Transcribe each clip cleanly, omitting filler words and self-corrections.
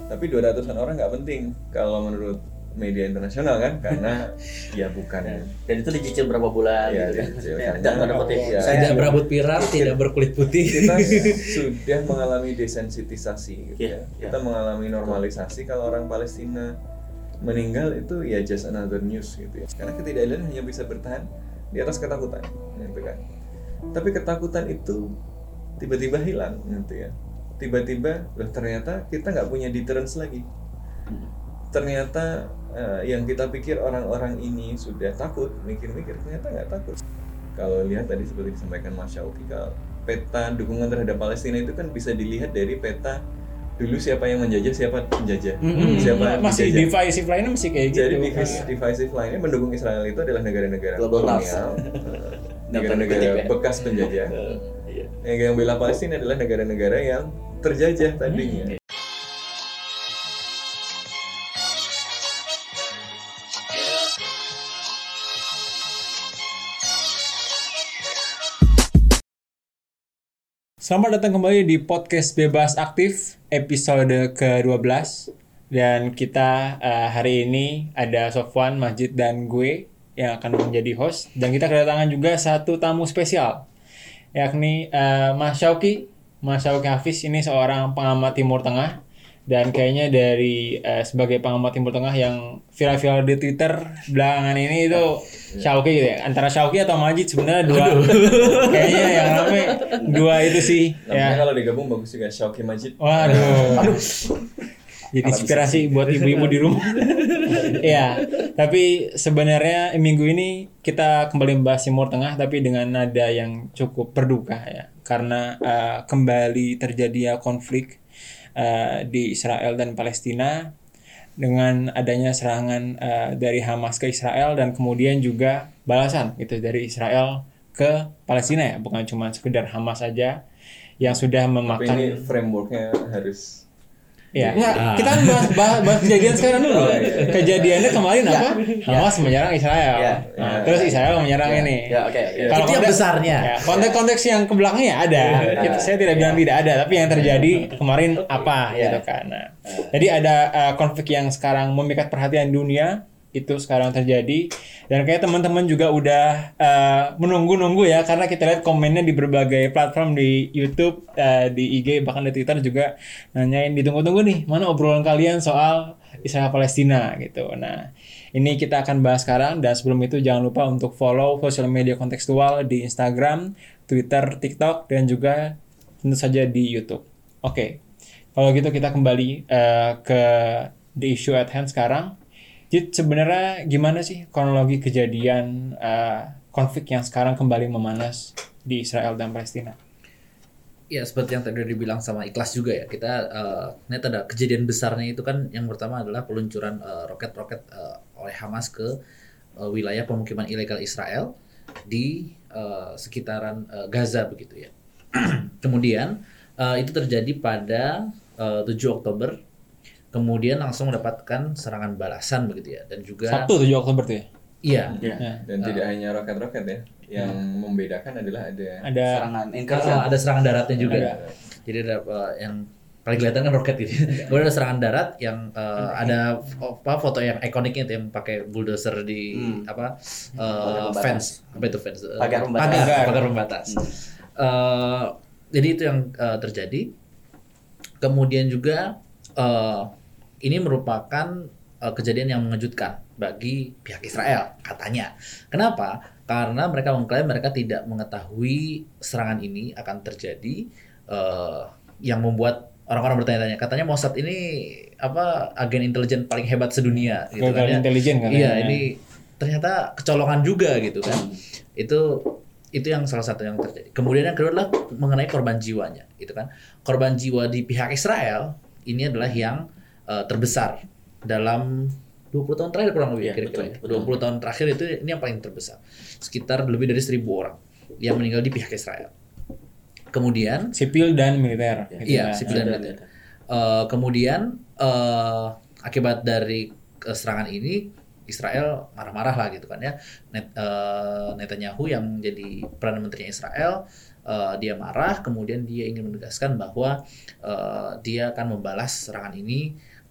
Tapi 200-an orang nggak penting kalau menurut media internasional kan, karena ya bukan. Dan itu dicicil berapa bulan Ya, gitu kan. dicicil. Dalam tanda kutip. Ya, Tidak berambut pirang, tidak berkulit putih. Kita sudah mengalami desensitisasi gitu Iya, ya. Kita mengalami normalisasi kalau orang Palestina meninggal itu ya just another news gitu ya. Karena ketidakadilan hanya bisa bertahan di atas ketakutan gitu kan. Tapi ketakutan itu tiba-tiba hilang gitu ya. Tiba-tiba loh ternyata kita nggak punya deterrence lagi. Ternyata yang kita pikir orang-orang ini sudah takut, mikir-mikir ternyata nggak takut. Kalau lihat tadi seperti disampaikan Mas Syauqi, peta dukungan terhadap Palestina itu kan bisa dilihat dari peta dulu siapa yang menjajah, siapa penjajah, siapa yang Masih dijajah. divisive lainnya masih kayak gitu. Jadi divisive lainnya mendukung Israel itu adalah negara-negara Global kolonial, negara-negara bekas penjajah. Yang bela Palestina adalah negara-negara yang terjajah tadinya. Selamat datang kembali di podcast Bebas Aktif episode ke-12. Dan kita hari ini ada Sofwan, Majid, dan gue yang akan menjadi host. Dan kita kedatangan juga satu tamu spesial, yakni Mas Syauqi Hafiz. Ini seorang pengamat Timur Tengah. Dan kayaknya dari sebagai pengamat Timur Tengah yang viral-viral di Twitter belakangan ini itu Syauqi gitu ya. Antara Syauqi atau Majid sebenarnya dua. Kayaknya yang rame dua itu sih. Namanya Ya. kalau digabung bagus juga, Syauqi Majid. Waduh. Jadi inspirasi buat ibu-ibu di rumah. Iya, tapi sebenarnya minggu ini kita kembali membahas Timur Tengah tapi dengan nada yang cukup berduka ya. Karena kembali terjadi konflik di Israel dan Palestina dengan adanya serangan dari Hamas ke Israel dan kemudian juga balasan gitu dari Israel ke Palestina ya, bukan cuma sekedar Hamas aja yang sudah Tapi memakan. ini frameworknya harus Ya, enggak, kita kan bahas kejadian sekarang dulu. Kejadiannya kemarin apa? Hamas menyerang Israel. Terus Israel menyerang ini. Ya, oke. Kalau Itu yang konteks- besarnya. ya, konteks yang ke belakangnya ada. Saya tidak bilang tidak ada, tapi yang terjadi kemarin apa gitu kan. Nah, jadi ada konflik yang sekarang memikat perhatian dunia itu sekarang terjadi dan kayak teman-teman juga udah menunggu-nunggu ya, karena kita lihat komennya di berbagai platform, di YouTube, di IG, bahkan di Twitter juga nanyain ditunggu-tunggu nih mana obrolan kalian soal Israel Palestina gitu. Nah, ini kita akan bahas sekarang, dan sebelum itu jangan lupa untuk follow sosial media kontekstual di Instagram, Twitter, TikTok, dan juga tentu saja di YouTube. Oke. Kalau gitu kita kembali ke the issue at hand sekarang. Jadi sebenarnya gimana sih kronologi kejadian konflik yang sekarang kembali memanas di Israel dan Palestina? Ya seperti yang tadi dibilang sama Ikhlas juga ya, kita net ada kejadian besarnya itu kan. Yang pertama adalah peluncuran roket-roket oleh Hamas ke wilayah pemukiman ilegal Israel di sekitaran Gaza begitu ya. Kemudian itu terjadi pada 7 Oktober. Kemudian langsung mendapatkan serangan balasan begitu ya, dan juga Sabtu 7 Oktober tuh ya? Iya. dan tidak hanya roket-roket ya. Yang membedakan adalah ada Serangan Ada serangan daratnya juga. Ada. Jadi ada yang paling kelihatan kan roket gitu. Kemudian ada serangan darat yang ada foto yang ikoniknya itu yang pakai bulldozer di fence. Apa itu fence? Pagar pembatas. Pagar pembatas. Jadi itu yang terjadi. Kemudian juga ini merupakan kejadian yang mengejutkan bagi pihak Israel katanya. Kenapa? Karena mereka mengklaim mereka tidak mengetahui serangan ini akan terjadi, yang membuat orang-orang bertanya-tanya. Katanya Mossad ini agen intelijen paling hebat sedunia gitu kan ya. Intelijen katanya. Iya, ini ternyata kecolongan juga gitu kan. Itu yang salah satu yang terjadi. Kemudian yang kedua adalah mengenai korban jiwanya gitu kan. Korban jiwa di pihak Israel ini adalah yang terbesar dalam 20 tahun terakhir kurang lebih kira-kira. 20 tahun terakhir itu ini yang paling terbesar. Sekitar lebih dari 1.000 orang yang meninggal di pihak Israel. Kemudian sipil dan militer. iya, sipil dan militer. Kemudian akibat dari serangan ini Israel marah-marah lah gitu kan ya. Netanyahu yang jadi Perdana Menterinya Israel, dia marah, kemudian dia ingin menegaskan bahwa dia akan membalas serangan ini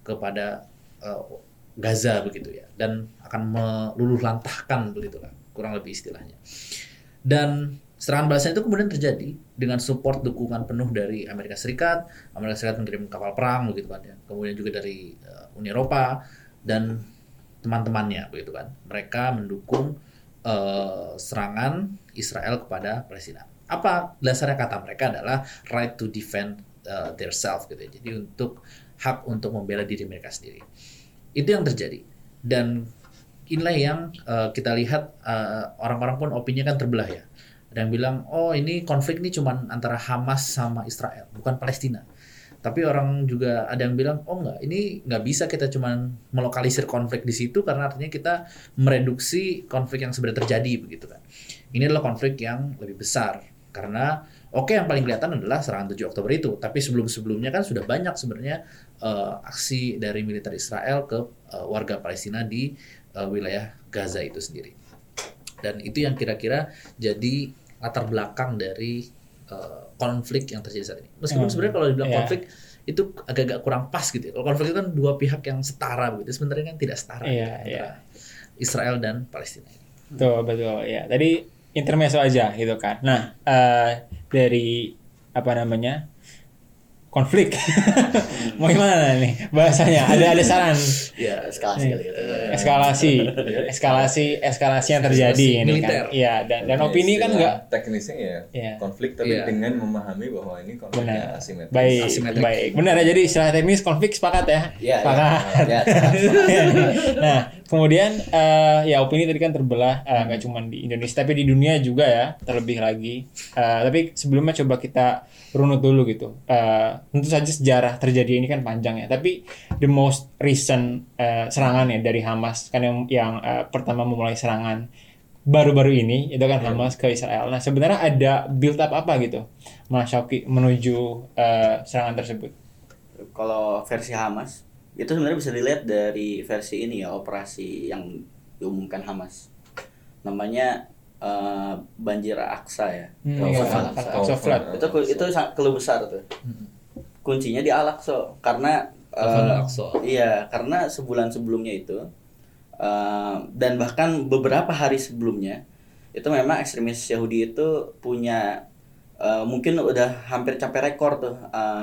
kepada Gaza begitu ya, dan akan meluluhlantahkan begitulah kurang lebih istilahnya. Dan serangan balasan itu kemudian terjadi dengan support dukungan penuh dari Amerika Serikat. Amerika Serikat mengirim kapal perang begitu kan ya. Kemudian juga dari Uni Eropa dan teman-temannya begitu kan. Mereka mendukung serangan Israel kepada Palestina. Apa dasarnya? Kata mereka adalah right to defend their self gitu ya. Jadi hak untuk membela diri mereka sendiri. Itu yang terjadi. Dan inilah yang kita lihat orang-orang pun opininya kan terbelah ya. Ada yang bilang, oh ini konflik ini cuma antara Hamas sama Israel, bukan Palestina. Tapi orang juga ada yang bilang, oh enggak, ini nggak bisa kita cuma melokalisir konflik di situ karena artinya kita mereduksi konflik yang sebenarnya terjadi begitu kan. Ini adalah konflik yang lebih besar karena yang paling kelihatan adalah serangan 7 Oktober itu. Tapi sebelum-sebelumnya kan sudah banyak sebenarnya aksi dari militer Israel ke warga Palestina di wilayah Gaza itu sendiri. Dan itu yang kira-kira jadi latar belakang dari konflik yang terjadi saat ini. Meskipun sebenarnya kalau dibilang konflik itu agak-agak kurang pas gitu ya. Kalau konflik itu kan dua pihak yang setara begitu. Sebenarnya kan tidak setara antara Israel dan Palestina. Betul ya. Tadi intermezzo aja gitu kan. Nah, dari konflik. Mau gimana nih bahasanya? Ada saran? Ya, eskalasi kali gitu. Eskalasi yang terjadi ini militer. kan. Iya, dan opini kan enggak teknisnya konflik tapi dengan memahami bahwa ini konfliknya asimetris. Baik. Benar ya, jadi istilah teknis konflik sepakat ya. Iya. Sepakat. Nah, kemudian opini tadi kan terbelah nggak cuma di Indonesia tapi di dunia juga ya, terlebih lagi. Tapi sebelumnya coba kita runut dulu gitu. Tentu saja sejarah terjadi ini kan panjang ya, tapi the most recent serangan ya dari Hamas kan yang pertama memulai serangan baru-baru ini itu kan Hamas ke Israel. Nah, sebenarnya ada build up apa gitu Mas Syauqi menuju serangan tersebut? Kalau versi Hamas itu sebenarnya bisa dilihat dari versi ini ya, operasi yang diumumkan Hamas. Namanya banjir Aqsa ya. Aqsa Flood. Itu keluh besar tuh. Kuncinya di Al-Aqsa karena karena sebulan sebelumnya itu dan bahkan beberapa hari sebelumnya itu memang ekstremis Yahudi itu punya mungkin udah hampir capai rekor tuh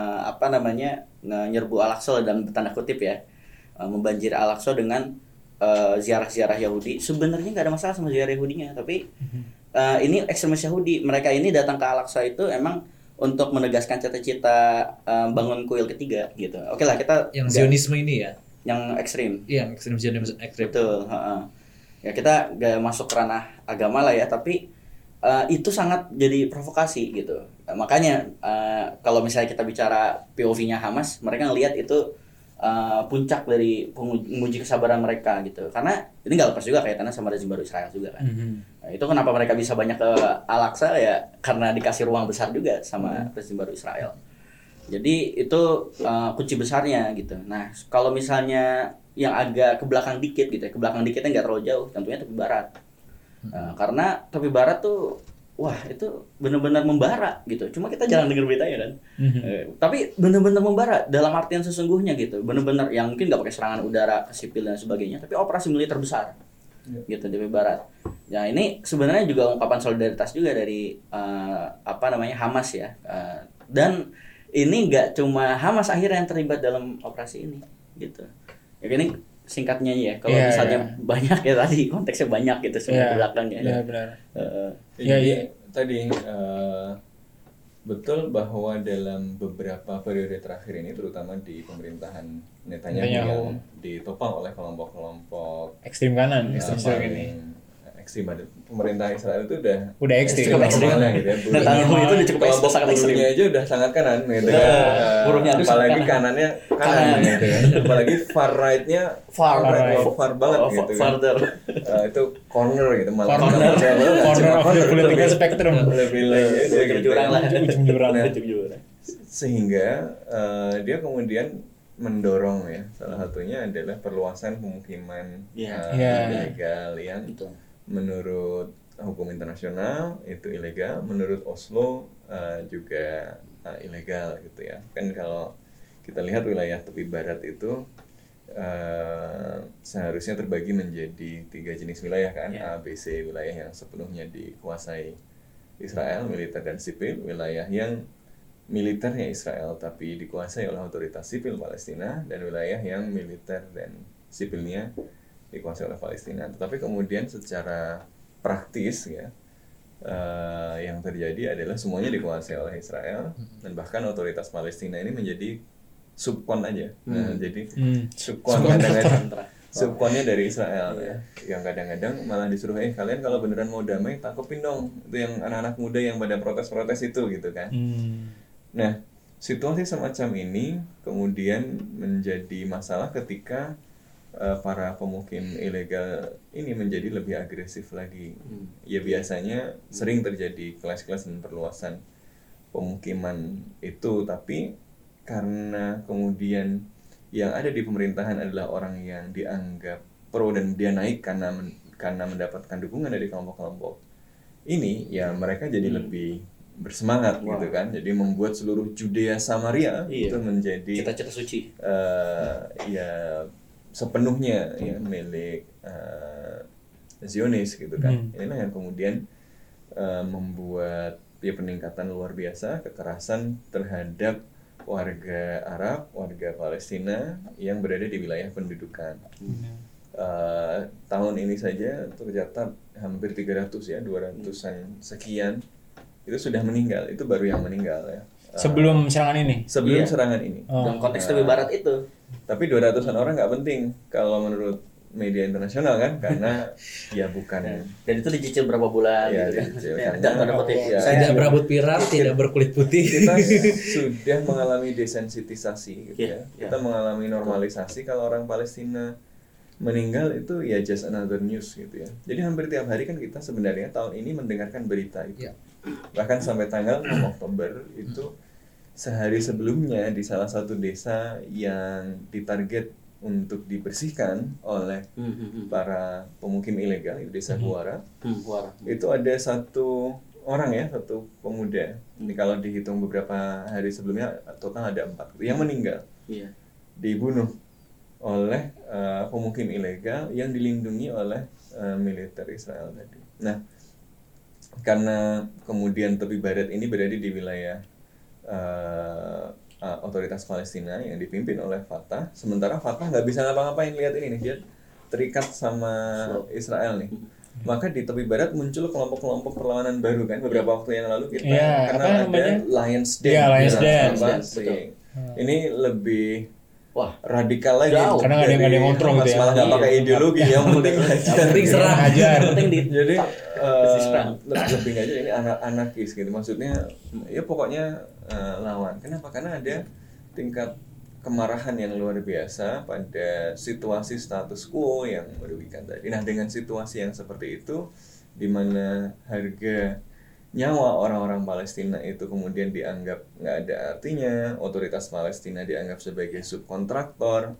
nyerbu Al-Aqsa dalam tanda kutip ya, membanjiri Al-Aqsa dengan ziarah-ziarah Yahudi. Sebenarnya nggak ada masalah sama ziarah Yahudinya, tapi ini ekstremis Yahudi. Mereka ini datang ke Al-Aqsa itu emang untuk menegaskan cita-cita bangun kuil ketiga gitu. Oke lah, kita yang Zionisme ini ya, yang ekstrim. Iya, ekstrim Zionisme ekstrim. Betul. Ya kita gak masuk ke ranah agama lah ya, tapi itu sangat jadi provokasi gitu. Makanya kalau misalnya kita bicara POV-nya Hamas, mereka ngelihat itu puncak dari menguji kesabaran mereka gitu. Karena ini nggak lepas juga kaitannya sama rezim baru Israel juga kan. Nah, itu kenapa mereka bisa banyak ke Al-Aqsa ya karena dikasih ruang besar juga sama rezim baru Israel. Jadi itu kunci besarnya gitu. Nah, kalau misalnya yang agak ke belakang dikit gitu ya, ke belakang dikitnya nggak terlalu jauh, tentunya tepi barat. Karena tepi barat tuh itu benar-benar membara gitu. Cuma kita jarang dengar beritanya kan. Tapi benar-benar membara dalam artian sesungguhnya gitu. Benar-benar yang mungkin nggak pakai serangan udara ke sipil dan sebagainya, tapi operasi militer besar gitu di tepi barat. Nah, ini sebenarnya juga ungkapan solidaritas juga dari Hamas ya. Dan ini nggak cuma Hamas akhirnya yang terlibat dalam operasi ini gitu. Ya ini singkatnya ya, kalau misalnya banyak ya tadi konteksnya banyak gitu sebenarnya belakangnya. Iya benar. Tadi betul bahwa dalam beberapa periode terakhir ini, terutama di pemerintahan Netanyahu yang ditopang oleh kelompok-kelompok ekstrem kanan, ekstrem. Pemerintah Israel itu udah ekstrem mana gitu ya. Netanyahu itu udah cukup sangat ekstrem. Burunya aja udah sangat kanan gitu kan. Apalagi kanannya kanan gitu kan. Apalagi far right-nya far banget gitu kan. Itu corner gitu, malah corner of the political spectrum. Ujung jurang. Sehingga dia kemudian mendorong ya, salah satunya adalah perluasan pemukiman ilegal yang menurut hukum internasional itu ilegal, menurut Oslo juga ilegal gitu ya. Kan kalau kita lihat wilayah tepi barat itu seharusnya terbagi menjadi 3 jenis wilayah kan, Ya. A, B, C, wilayah yang sepenuhnya dikuasai Israel, militer dan sipil, wilayah yang militernya Israel tapi dikuasai oleh otoritas sipil Palestina, dan wilayah yang militer dan sipilnya dikuasai oleh Palestina. Tetapi kemudian secara praktis ya, yang terjadi adalah semuanya dikuasai oleh Israel, dan bahkan otoritas Palestina ini menjadi subkon aja. Nah, jadi subkon kadang-kadang subkonnya dari Israel ya, yang kadang-kadang malah disuruh kalian kalau beneran mau damai tangkepin dong itu yang anak-anak muda yang pada protes-protes itu gitu kan. Nah, situasi semacam ini kemudian menjadi masalah ketika para pemukim ilegal ini menjadi lebih agresif lagi. Ya biasanya sering terjadi kelas-kelas dan perluasan pemukiman itu, tapi karena kemudian yang ada di pemerintahan adalah orang yang dianggap pro dan dia naik karena mendapatkan dukungan dari kelompok-kelompok ini, ya mereka jadi lebih bersemangat gitu kan. Jadi membuat seluruh Judea Samaria itu menjadi cita-cita suci. Ya sepenuhnya ya milik Zionis gitu kan. Inilah yang kemudian membuat ya peningkatan luar biasa kekerasan terhadap warga Arab, warga Palestina yang berada di wilayah pendudukan. Tahun ini saja tercatat hampir 300 ya, 200-an sekian itu sudah meninggal. Itu baru yang meninggal ya. Sebelum serangan ini. Sebelum serangan ini. Dalam konteks tepi barat itu. Tapi 200-an orang nggak penting kalau menurut media internasional kan, karena ya bukan. Dan itu dicicil berapa bulan Ya, gitu kan. dicicil. Tanda kutip. Ya. Tidak berambut pirang, tidak berkulit putih. Kita sudah mengalami desensitisasi gitu ya. Kita mengalami normalisasi kalau orang Palestina meninggal itu ya just another news gitu ya. Jadi hampir tiap hari kan kita sebenarnya tahun ini mendengarkan berita itu. Bahkan sampai tanggal 6 Oktober itu sehari sebelumnya di salah satu desa yang ditarget untuk dibersihkan oleh para pemukim ilegal di desa Huara. Itu ada satu orang ya, satu pemuda. Ini kalau dihitung beberapa hari sebelumnya total ada 4 yang meninggal. Dibunuh oleh pemukim ilegal yang dilindungi oleh militer Israel tadi. Nah, karena kemudian tepi barat ini berada di wilayah otoritas Palestina yang dipimpin oleh Fatah, sementara Fatah nggak bisa ngapa-ngapain. Lihat ini nih, dia terikat sama Israel nih. Maka di tepi barat muncul kelompok-kelompok perlawanan baru kan beberapa waktu yang lalu kita kenal ada Lions Den. Lions Den. Ini lebih radikal lagi. Karena nggak ada yang kontrol gitu ya. Malah nggak pakai ideologi, yang penting penting serang aja. Jadi lebih aja ini anarkis gitu. Maksudnya ya pokoknya lawan. Kenapa? Karena ada tingkat kemarahan yang luar biasa pada situasi status quo yang merugikan tadi. Nah, dengan situasi yang seperti itu, di mana harga nyawa orang-orang Palestina itu kemudian dianggap nggak ada artinya, otoritas Palestina dianggap sebagai subkontraktor,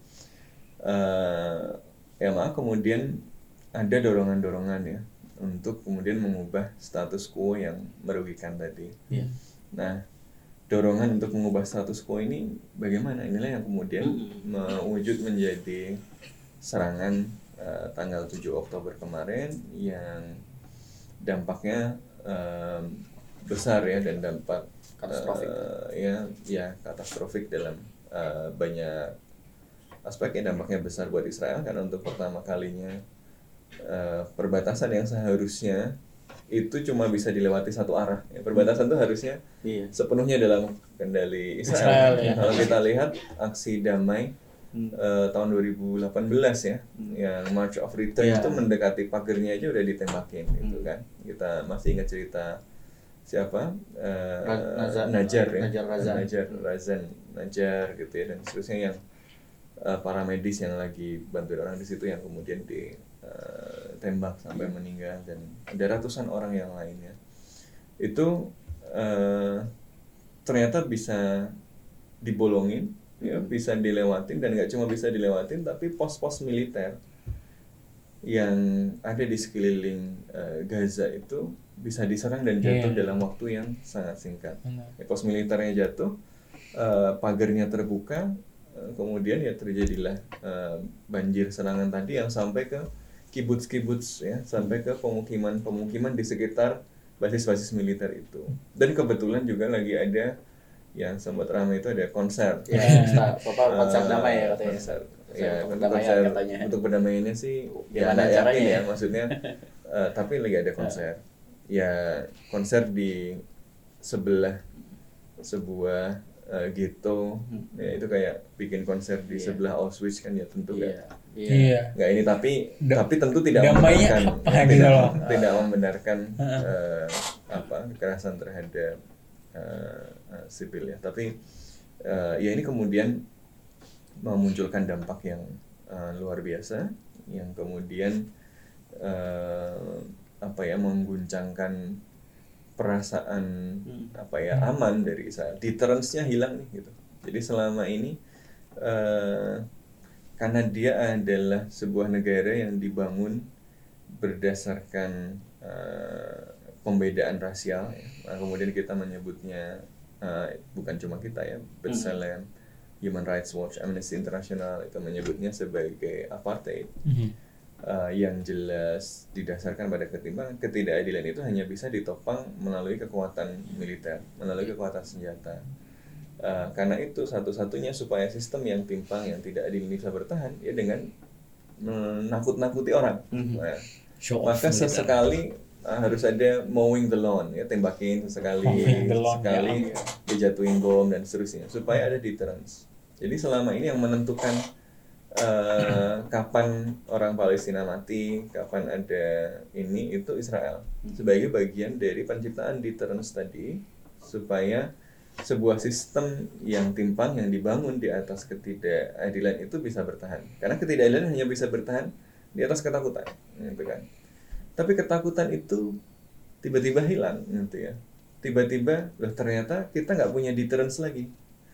ya maka kemudian ada dorongan-dorongan ya untuk kemudian mengubah status quo yang merugikan tadi. Nah, dorongan untuk mengubah status quo ini bagaimana? Inilah yang kemudian mewujud menjadi serangan tanggal 7 Oktober kemarin yang dampaknya besar ya, dan dampak katastrofik. Katastrofik dalam banyak aspek ya. Dampaknya besar buat Israel karena untuk pertama kalinya perbatasan yang seharusnya itu cuma bisa dilewati satu arah ya. Perbatasan itu harusnya sepenuhnya dalam kendali Israel. Kalau kita lihat aksi damai tahun 2018 ya, yang March of Return itu mendekati pagernya aja udah ditembakin gitu kan. Kita masih ingat cerita siapa? Najar gitu ya, dan seterusnya, yang para medis yang lagi bantuin orang di situ yang kemudian ditembak sampai meninggal, dan ada ratusan orang yang lainnya. Itu ternyata bisa dibolongin ya, bisa dilewatin, dan nggak cuma bisa dilewatin tapi pos-pos militer yang ada di sekeliling Gaza itu bisa diserang dan jatuh dalam waktu yang sangat singkat. Ya, pos militernya jatuh, pagernya terbuka, kemudian ya terjadilah banjir serangan tadi yang sampai ke kibuts-kibuts ya, sampai ke pemukiman-pemukiman di sekitar basis-basis militer itu. Dan kebetulan juga lagi ada yang sempat ramai itu ada konser. Ya, konser damai ya katanya. Konser. Konser Ya, untuk untuk perdamaian konser katanya. untuk perdamaiannya sih ya Gimana nggak caranya yakin ya? ya maksudnya. Tapi lagi ada konser. Ya konser di sebelah sebuah ghetto. Ya itu kayak bikin konser di sebelah Auschwitz kan ya tentu Iya. nggak ini tapi tentu tidak damainya membenarkan apa gitu loh. tidak membenarkan kekerasan terhadap sipil ya, tapi ya ini kemudian memunculkan dampak yang luar biasa yang kemudian mengguncangkan perasaan aman dari Israel. Deterrence-nya hilang nih gitu. Jadi selama ini karena dia adalah sebuah negara yang dibangun berdasarkan pembedaan rasial ya. Nah, kemudian kita menyebutnya bukan cuma kita ya, B'Tselem, Human Rights Watch, Amnesty International itu menyebutnya sebagai apartheid. Yang jelas didasarkan pada ketimpangan, ketidakadilan itu hanya bisa ditopang melalui kekuatan militer, melalui kekuatan senjata. Karena itu satu-satunya supaya sistem yang timpang, yang tidak adil ini bisa bertahan ya dengan menakut-nakuti orang. Nah, maka sesekali harus ada mowing the lawn ya, tembakin sekali dijatuhin bom dan seterusnya supaya ada deterrence. Jadi selama ini yang menentukan kapan orang Palestina mati, kapan ada ini itu Israel sebagai bagian dari penciptaan deterrence tadi supaya sebuah sistem yang timpang yang dibangun di atas ketidakadilan itu bisa bertahan. Karena ketidakadilan hanya bisa bertahan di atas ketakutan, gitu kan. Tapi ketakutan itu tiba-tiba hilang, gitu ya. Tiba-tiba, ternyata kita nggak punya deterrence lagi.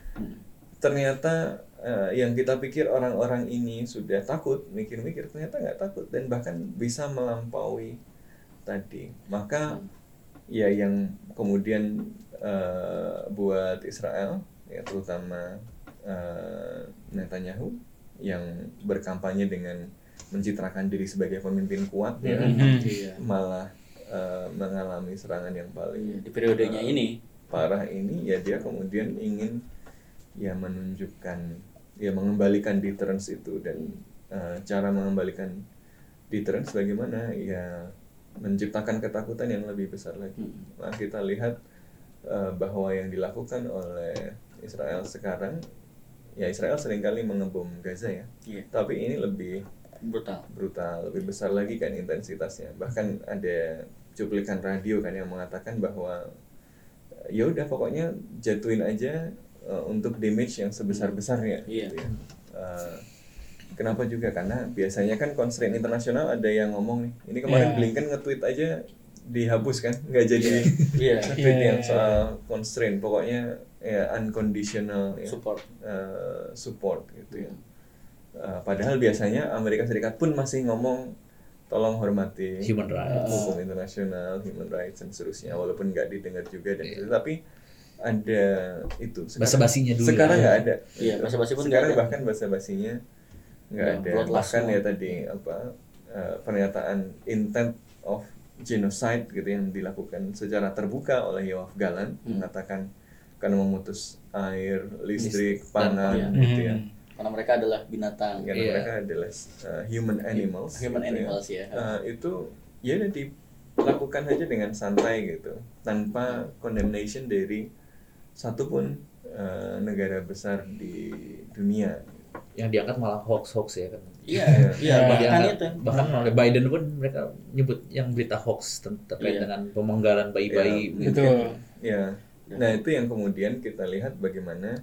Ternyata yang kita pikir orang-orang ini sudah takut, mikir-mikir ternyata nggak takut dan bahkan bisa melampaui tadi. Maka ya yang kemudian buat Israel, ya terutama Netanyahu yang berkampanye dengan mencitrakan diri sebagai pemimpin kuat ya, malah mengalami serangan yang paling di periodenya ini parah ini ya dia kemudian ingin ya menunjukkan ya mengembalikan deterrence itu dan cara mengembalikan deterrence bagaimana ya menciptakan ketakutan yang lebih besar lagi. Nah, kita lihat bahwa yang dilakukan oleh Israel sekarang ya Israel seringkali mengebom Gaza ya. Tapi ini lebih brutal, lebih besar lagi kan intensitasnya. Bahkan ada cuplikan radio kan yang mengatakan bahwa ya udah pokoknya jatuhin aja untuk damage yang sebesar-besarnya gitu ya. Kenapa juga? Karena biasanya kan constraint internasional ada yang ngomong nih. Ini kemarin Blinken nge-tweet aja dihapus kan, nggak jadi tweet yang soal constraint. Pokoknya ya unconditional ya, support gitu ya. Padahal biasanya Amerika Serikat pun masih ngomong tolong hormati human rights, hukum internasional, human rights dan seterusnya, walaupun nggak didengar juga dan tapi ada itu basa-basinya dulu. Sekarang nggak ada. Basa-basi pun sekarang nggak ada. bahkan basa-basinya nggak ada. Bahkan ya tadi pernyataan intent of genocide gitu yang dilakukan secara terbuka oleh Yoav Gallant mengatakan karena memutus air, listrik, pangan gitu ya. Karena mereka adalah binatang. Karena mereka adalah human animals. Ya. Itu ya udah dilakukan aja dengan santai gitu, tanpa condemnation dari satupun negara besar di dunia. Yang diangkat malah hoax ya kan. Bahkan oleh Biden pun mereka nyebut yang berita hoax terkait dengan pemenggalan bayi-bayi. Betul. Ya. Nah itu yang kemudian kita lihat bagaimana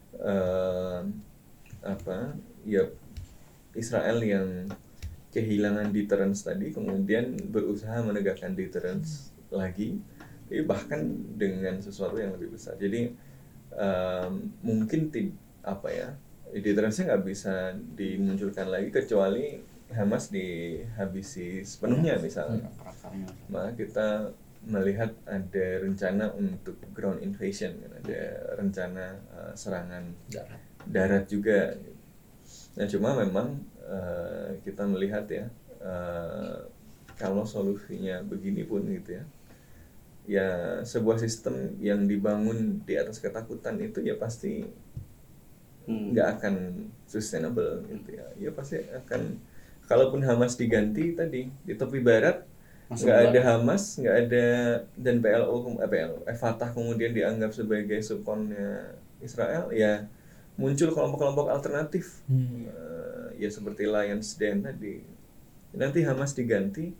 Israel yang kehilangan deterrence tadi kemudian berusaha menegakkan deterrence lagi, bahkan dengan sesuatu yang lebih besar. Jadi mungkin deterrence-nya nggak bisa dimunculkan lagi kecuali Hamas dihabisi sepenuhnya misalnya. Maka kita melihat ada rencana untuk ground invasion, ada rencana serangan darat juga. Nah cuma memang kita melihat ya, kalau solusinya begini pun gitu ya, ya sebuah sistem yang dibangun di atas ketakutan itu ya pasti nggak akan sustainable gitu ya. Ya pasti akan, kalaupun Hamas diganti tadi di tepi barat, nggak ada Hamas, nggak ada, dan Fatah kemudian dianggap sebagai subkonnya Israel, ya muncul kelompok-kelompok alternatif, ya seperti Lions Den tadi. Nanti Hamas diganti,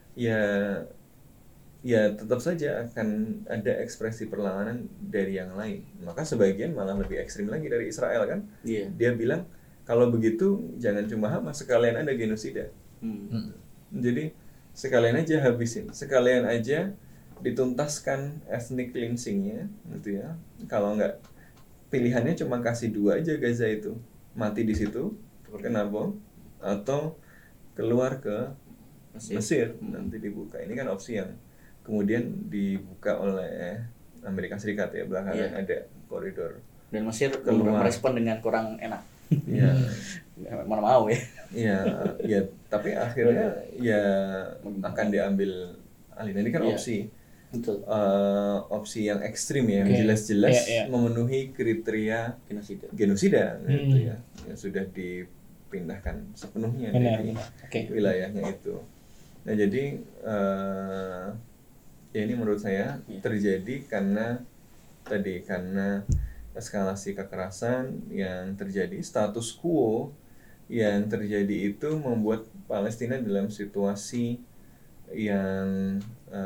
ya tetap saja akan ada ekspresi perlawanan dari yang lain. Maka sebagian malah lebih ekstrim lagi dari Israel kan. Dia bilang kalau begitu jangan cuma Hamas, sekalian ada genosida. Jadi sekalian aja habisin, sekalian aja dituntaskan ethnic cleansing-nya gitu ya. Kalau nggak, pilihannya cuma kasih 2 aja Gaza itu, mati di situ kena bom atau keluar ke Mesir nanti dibuka. Ini kan opsi yang kemudian dibuka oleh Amerika Serikat ya, belakangan ada koridor. Dan Mesir keluar, merespon dengan kurang enak. Iya. Mana mau ya. Iya, tapi akhirnya ya akan diambil alih. Ini kan opsi. Betul. Opsi yang ekstrim ya, yang jelas-jelas memenuhi kriteria genosida gitu ya, yang sudah dipindahkan sepenuhnya dari wilayahnya itu. Nah jadi ya ini menurut saya terjadi karena eskalasi kekerasan yang terjadi, status quo yang terjadi itu membuat Palestina dalam situasi yang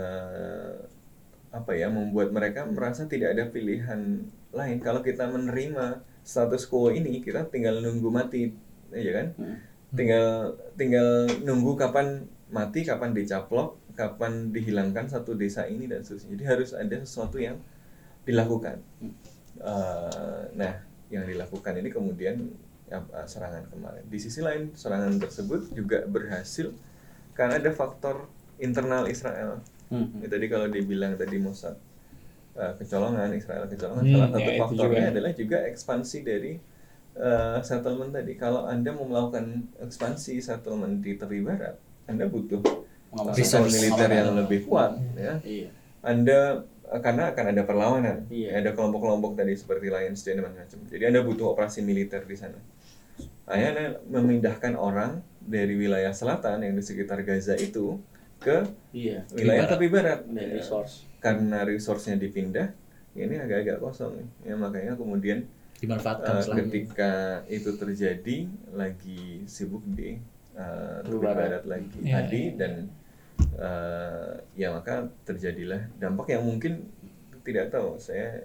membuat mereka merasa tidak ada pilihan lain. Kalau kita menerima status quo ini, kita tinggal nunggu mati aja kan. Tinggal nunggu kapan mati, kapan dicaplok, kapan dihilangkan satu desa ini dan seterusnya. Jadi harus ada sesuatu yang dilakukan. Nah, yang dilakukan ini kemudian serangan kemarin. Di sisi lain, serangan tersebut juga berhasil karena ada faktor internal Israel. Tadi kalau dibilang tadi Mossad kecolongan, Israel kecolongan, salah satu faktornya adalah juga ekspansi dari settlement tadi. Kalau Anda mau melakukan ekspansi settlement di tepi barat, Anda butuh pasukan militer yang lebih kuat ya. Anda karena akan ada perlawanan, ada kelompok-kelompok tadi seperti Lions Den dan macam. Jadi Anda butuh operasi militer di sana. Anda memindahkan orang dari wilayah selatan yang di sekitar Gaza itu ke wilayah tepi barat. Karena resource-nya dipindah, ini agak-agak kosong ya, makanya kemudian dimanfaatkan ketika itu terjadi lagi sibuk di tepi barat lagi tadi dan ya maka terjadilah dampak yang mungkin tidak tahu, saya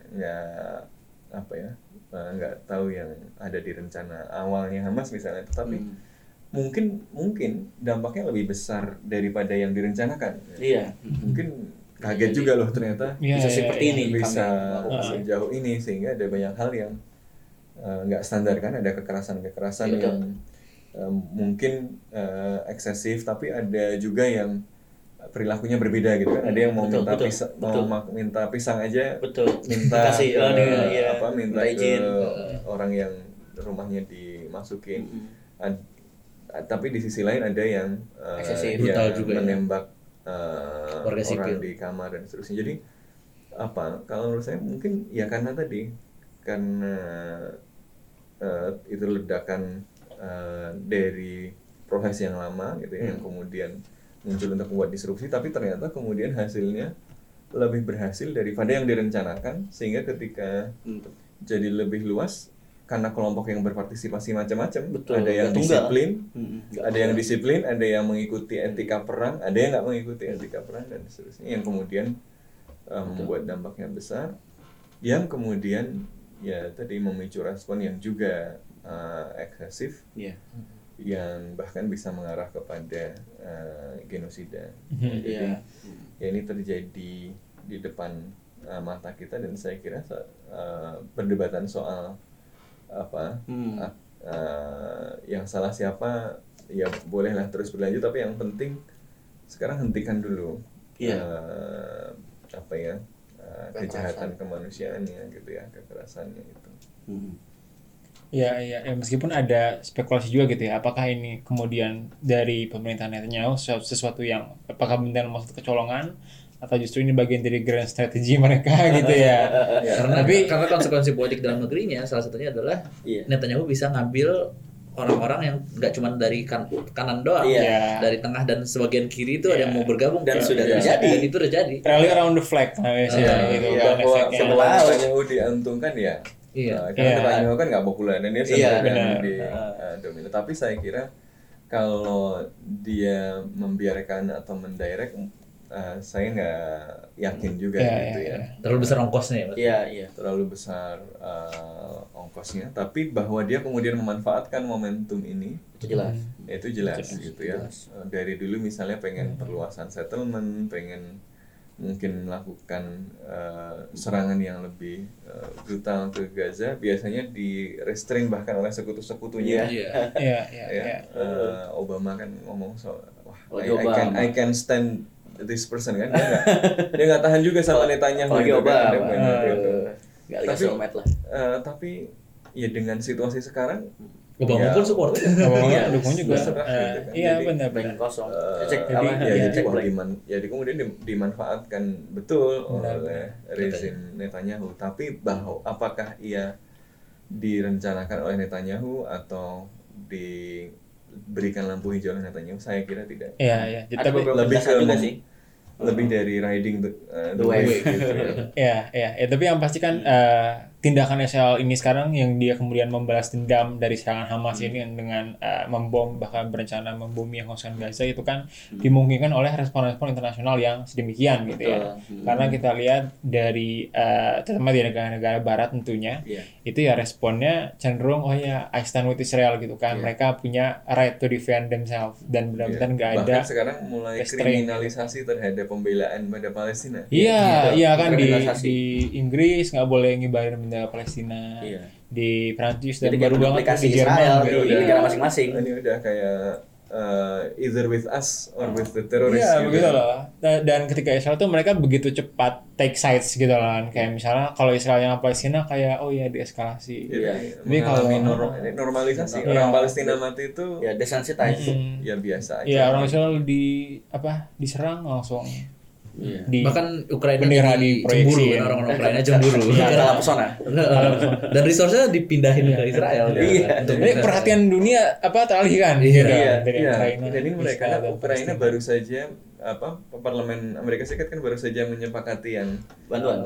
nggak tahu yang ada di rencana awalnya Hamas misalnya, tetapi mungkin dampaknya lebih besar daripada yang direncanakan. Mungkin kaget juga loh ternyata bisa seperti ini, bisa sejauh ini, sehingga ada banyak hal yang nggak standar kan, ada kekerasan yang mungkin eksesif, tapi ada juga yang perilakunya berbeda gitu kan. Ada yang mau minta pisang aja, minta minta ke orang yang rumahnya dimasukin. Tapi di sisi lain ada yang juga menembak orang sipil di kamar dan seterusnya. Jadi kalau menurut saya mungkin ya karena itu ledakan dari proses yang lama gitu ya, yang kemudian muncul untuk membuat disrupsi, tapi ternyata kemudian hasilnya lebih berhasil daripada yang direncanakan, sehingga ketika jadi lebih luas karena kelompok yang berpartisipasi macam-macam. Ada yang disiplin, ada yang mengikuti etika perang, ada yang nggak mengikuti etika perang dan seterusnya, yang kemudian membuat dampaknya besar, yang kemudian ya tadi memicu respon yang juga eksesif, yang bahkan bisa mengarah kepada genosida. Jadi ya ini terjadi di depan mata kita, dan saya kira perdebatan soal yang salah siapa ya bolehlah terus berlanjut, tapi yang penting sekarang hentikan dulu kejahatan kemanusiaannya gitu ya, kekerasannya itu. Ya, meskipun ada spekulasi juga gitu ya, apakah ini kemudian dari pemerintah Netanyahu sesuatu yang apakah benar maksud kecolongan atau justru ini bagian dari grand strategy mereka gitu ya. Karena konsekuensi politik dalam negerinya salah satunya adalah Netanyahu bisa ngambil orang-orang yang nggak cuma dari kanan doang, dari tengah dan sebagian kiri itu ada yang mau bergabung dan sudah terjadi. Dan itu terjadi. Rally around the flag, gitu. Bahwa setelah Netanyahu diuntungkan ya. Karena Netanyahu kan nggak populer dan dia sendiri di dominan. Tapi saya kira kalau dia membiarkan atau mendirect, saya nggak yakin juga gitu ya. Terlalu besar ongkosnya ya. Iya. Terlalu besar ongkosnya. Tapi bahwa dia kemudian memanfaatkan momentum ini itu jelas. Itu jelas gitu ya. Dari dulu misalnya pengen perluasan settlement, pengen mungkin melakukan serangan yang lebih brutal ke Gaza, biasanya di restrain bahkan oleh sekutu-sekutunya. Obama kan ngomong soal I can stand this person kan, dia nggak tahan juga sama Netanyahu. Apalagi Obama. Tapi ya dengan situasi sekarang Obama pun support. Obama dukung juga. Iya benar. Kosong. Jadi kemudian dimanfaatkan betul oleh rezim Netanyahu. Tapi apakah ia direncanakan oleh Netanyahu atau diberikan lampu hijau oleh Netanyahu? Saya kira tidak. Iya. Tapi lebih juga sih. Lebih dari riding the wave gitu ya. Tapi yang pasti kan tindakan Israel ini sekarang yang dia kemudian membalas dendam dari serangan Hamas ini dengan membom, bahkan berencana membumi yang kawasan Gaza itu kan dimungkinkan oleh respon-respon internasional yang sedemikian gitu ya. Karena kita lihat dari terutama di negara-negara barat tentunya itu ya responnya cenderung I stand with Israel gitu kan. Mereka punya right to defend themselves dan benar-benar nggak ada. Bahkan sekarang mulai kriminalisasi terhadap pembelaan pada Palestina. Iya kan di Inggris nggak boleh ngibarin bendera Palestina, di Prancis dan baru banget di Jerman gitu, di negara masing-masing. Ini udah kayak either with us or with the terrorists. Iya begitu loh. Dan ketika Israel tuh mereka begitu cepat take sides gitu loh. Kayak misalnya kalau Israel yang Palestina kayak dieskalasi. Tapi kalau normalisasi orang Palestina mati itu desensitize. Ya biasa aja. Iya orang Israel diserang langsung. Bahkan Ukraina di cemburu kan, orang-orang Ukraina cemburu dalam pesona dan resource-nya dipindahin ke Israel. Jadi perhatian dunia teralihkan dari Ukraina. Jadi mereka Ukraina baru saja parlemen Amerika Serikat kan baru saja menyepakati yang bantuan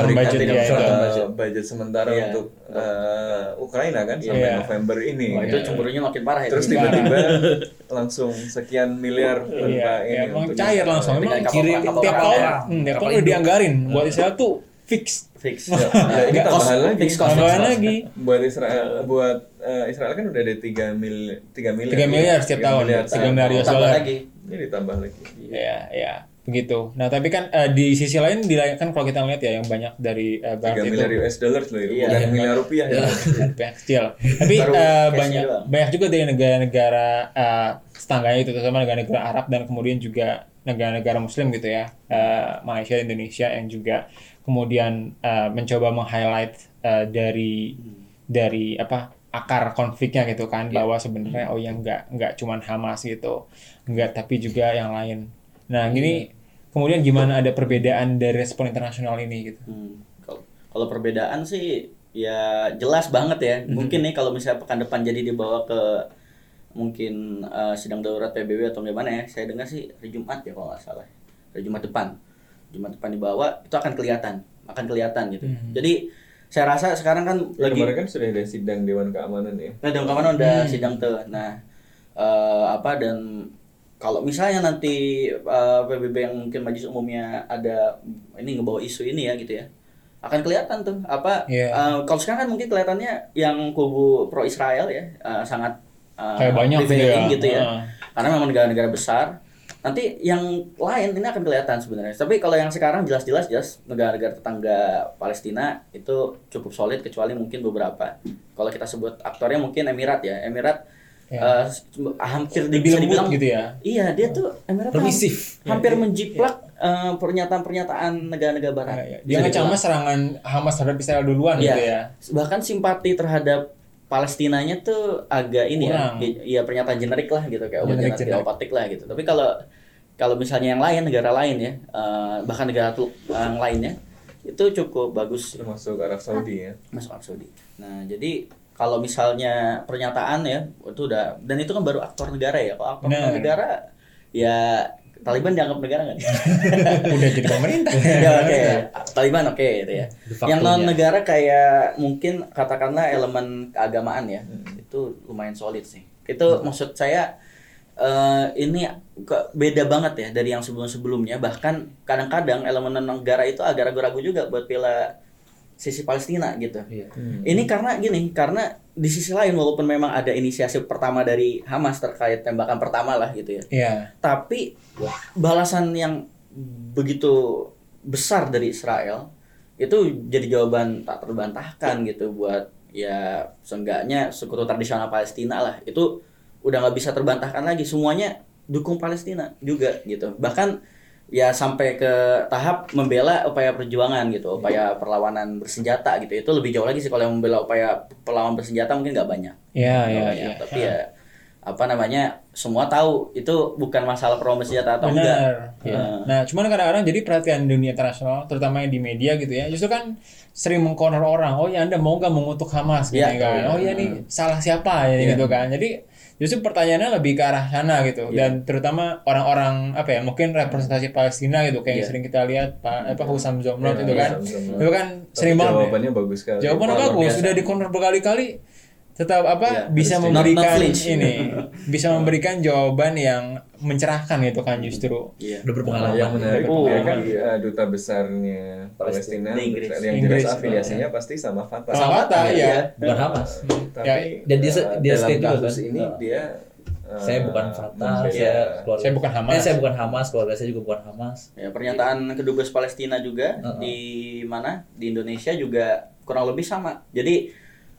budget sementara untuk Ukraina kan sampai November ini. Itu cemburunya makin parah. Terus tiba-tiba langsung sekian miliar emang cair langsung. Emang tiap tahun udah dianggarin buat Israel tuh fix. Ini tambahan lagi. lagi. Buat Israel kan udah ada 3 miliar setiap tahun. 3 miliar US dollar. Ini ditambah lagi. Iya, begitu. Nah, tapi kan di sisi lain kan kalau kita lihat ya yang banyak dari 3 miliar US dollar loh, bukan miliar rupiah ya. Rupiah kecil. Tapi banyak juga dari negara-negara tetangganya itu, terutama negara-negara Arab dan kemudian juga negara-negara Muslim gitu ya, Malaysia, Indonesia yang juga kemudian mencoba meng-highlight dari akar konfliknya gitu kan, bahwa sebenarnya nggak cuman Hamas gitu, tapi juga yang lain. Nah gini kemudian gimana ada perbedaan dari respon internasional ini gitu? Kalau perbedaan sih ya jelas banget ya. Mungkin nih kalau misalnya pekan depan jadi dibawa ke mungkin sidang darurat PBB atau gimana ya, saya dengar sih hari Jumat ya kalau nggak salah, hari Jumat depan dibawa itu akan kelihatan gitu. Jadi saya rasa sekarang kan kemarin kan sudah ada sidang Dewan Keamanan ya. Nah, Dewan Keamanan udah sidang tuh. Nah, dan kalau misalnya nanti PBB yang mungkin Majelis Umumnya ada ini ngebawa isu ini ya gitu ya, akan kelihatan tuh kalau sekarang kan mungkin kelihatannya yang kubu pro Israel ya sangat kayak banyak gitu ya. Karena memang negara-negara besar. Nanti yang lain ini akan kelihatan sebenarnya. Tapi kalau yang sekarang jelas negara-negara tetangga Palestina itu cukup solid, kecuali mungkin beberapa. Kalau kita sebut aktornya mungkin Emirat ya. Hampir bisa dibilang gitu ya. Iya, dia tuh Emirat hampir menjiplak pernyataan-pernyataan negara-negara barat. Dia ngecamah serangan Hamas terhadap Israel duluan gitu ya. Bahkan simpati terhadap Palestinanya tuh agak ini Kurang. ya pernyataan generik lah gitu kayak obat Generik, generik generik. opatik lah gitu. Tapi kalau misalnya yang lain negara lain ya, bahkan negara yang lainnya itu cukup bagus Termasuk Arab Saudi ya. masuk Arab Saudi. Nah, jadi kalau misalnya pernyataan ya itu udah, dan itu kan baru aktor negara ya. Kalau aktor Benar. negara ya Taliban dianggap negara nggak? Udah jadi pemerintah. Ya oke, Taliban oke gitu ya. De facto-nya. Yang non negara kayak mungkin katakanlah elemen keagamaan ya, itu lumayan solid sih. Itu maksud saya ini beda banget ya dari yang sebelum-sebelumnya. Bahkan kadang-kadang elemen non negara itu agak ragu-ragu juga buat bela sisi Palestina gitu. Iya. Ini karena di sisi lain walaupun memang ada inisiasi pertama dari Hamas terkait tembakan pertama lah gitu ya. Iya. Tapi balasan yang begitu besar dari Israel itu jadi jawaban tak terbantahkan gitu buat ya seenggaknya sekutu tradisional Palestina lah. Itu udah nggak bisa terbantahkan lagi, semuanya dukung Palestina juga gitu. Bahkan ya sampai ke tahap membela upaya perjuangan gitu, upaya perlawanan bersenjata gitu. Itu lebih jauh lagi sih kalau yang membela upaya perlawanan bersenjata mungkin nggak banyak. Iya, Nggak iya, banyak. iya. Tapi ya apa namanya, semua tahu itu bukan masalah perlawanan bersenjata atau enggak. Benar. Iya. Nah, cuman kadang-kadang jadi perhatian dunia internasional, terutama yang di media gitu ya, justru kan sering mengkorner orang. Oh ya, Anda mau nggak mengutuk Hamas gitu Iya, kan? iya. Oh ya, nih salah siapa ya Iya. gitu kan? Jadi justru pertanyaannya lebih ke arah sana gitu. Iya. Dan terutama orang-orang apa ya, mungkin representasi Palestina gitu kayak yang Iya. sering kita lihat Pak Hussam Zomrot Iya, itu kan. Hussam Zomrot. Itu kan Tapi sering banget. Ya. jawabannya bagus sekali. Jawabannya Luar bagus, biasa. sudah di corner berkali-kali tetap Iya, bisa not memberikan flinch. ini, bisa memberikan jawaban yang mencerahkan gitu kan justru. Iya. Udah berpengalaman. Yang menarik Oh, dia kan iya. Duta besarnya Palestina Di Inggris. yang Inggris. jelas afiliasinya pasti sama Fatah. Sama Fatah, iya. Bukan Hamas. Tapi Ya, dan dia dalam state juga kasus kan? ini dia Saya bukan Fatah, membela- Saya bukan Hamas. Saya bukan Hamas, keluarga saya juga bukan Hamas. Ya, pernyataan kedubes Palestina juga di mana di Indonesia juga kurang lebih sama. Jadi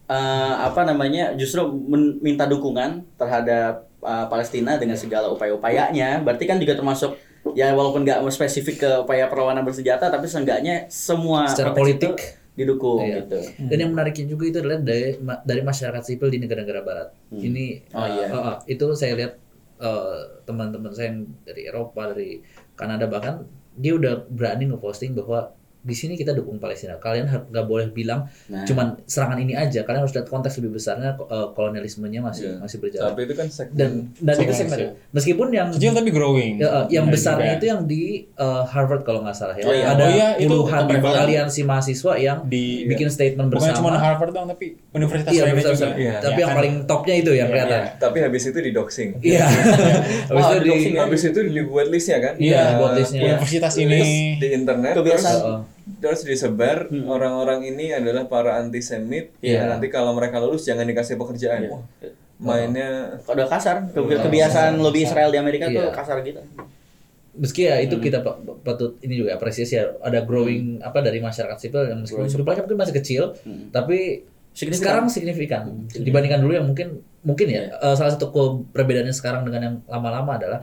apa namanya, justru minta dukungan terhadap Palestina dengan segala upaya-upayanya. Berarti kan juga termasuk ya walaupun nggak spesifik ke upaya perlawanan bersenjata, tapi seenggaknya semua Secara konteks politik. itu didukung Iya. gitu. Dan yang menariknya juga itu adalah dari masyarakat sipil di negara-negara barat. Ini Oh, iya. itu saya lihat teman-teman saya yang dari Eropa, dari Kanada bahkan dia udah berani ngeposting bahwa di sini kita dukung Palestina. Kalian nggak boleh bilang Nah. cuman serangan ini aja. Kalian harus lihat konteks lebih besarnya, kolonialismenya masih berjalan. Tapi itu kan segmen Dan itu Segmen. segmen. Meskipun yang Kecil tapi growing. yang Benar besarnya juga. itu yang di Harvard kalau nggak salah ya. Oh, iya. Ada Oh, iya, itu puluhan tempat aliansi mahasiswa yang Di- bikin statement bukan bersama. cuma Harvard dong, tapi universitas Iya, lainnya betul, juga. betul. Iya. Tapi Ya yang kan? paling topnya itu yang kelihatan. Tapi habis itu di doxing. Iya. Habis itu di doxing. Habis itu dibuat listnya kan? Iya, buat listnya. Universitas ini. List di internet Kebiasaan. terus disebar orang-orang ini adalah para antisemit. Iya. Nanti kalau mereka lulus jangan dikasih pekerjaan. Wah, mainnya Udah kasar. Kebiasaan lobby Israel di Amerika tuh Iya. kasar gitu. Meski ya itu kita patut ini juga apresiasi ya, ada growing apa dari masyarakat sipil yang meskipun jumlahnya mungkin masih kecil, tapi sekarang signifikan dibandingkan dulu yang mungkin ya salah satu perbedaannya sekarang dengan yang lama-lama adalah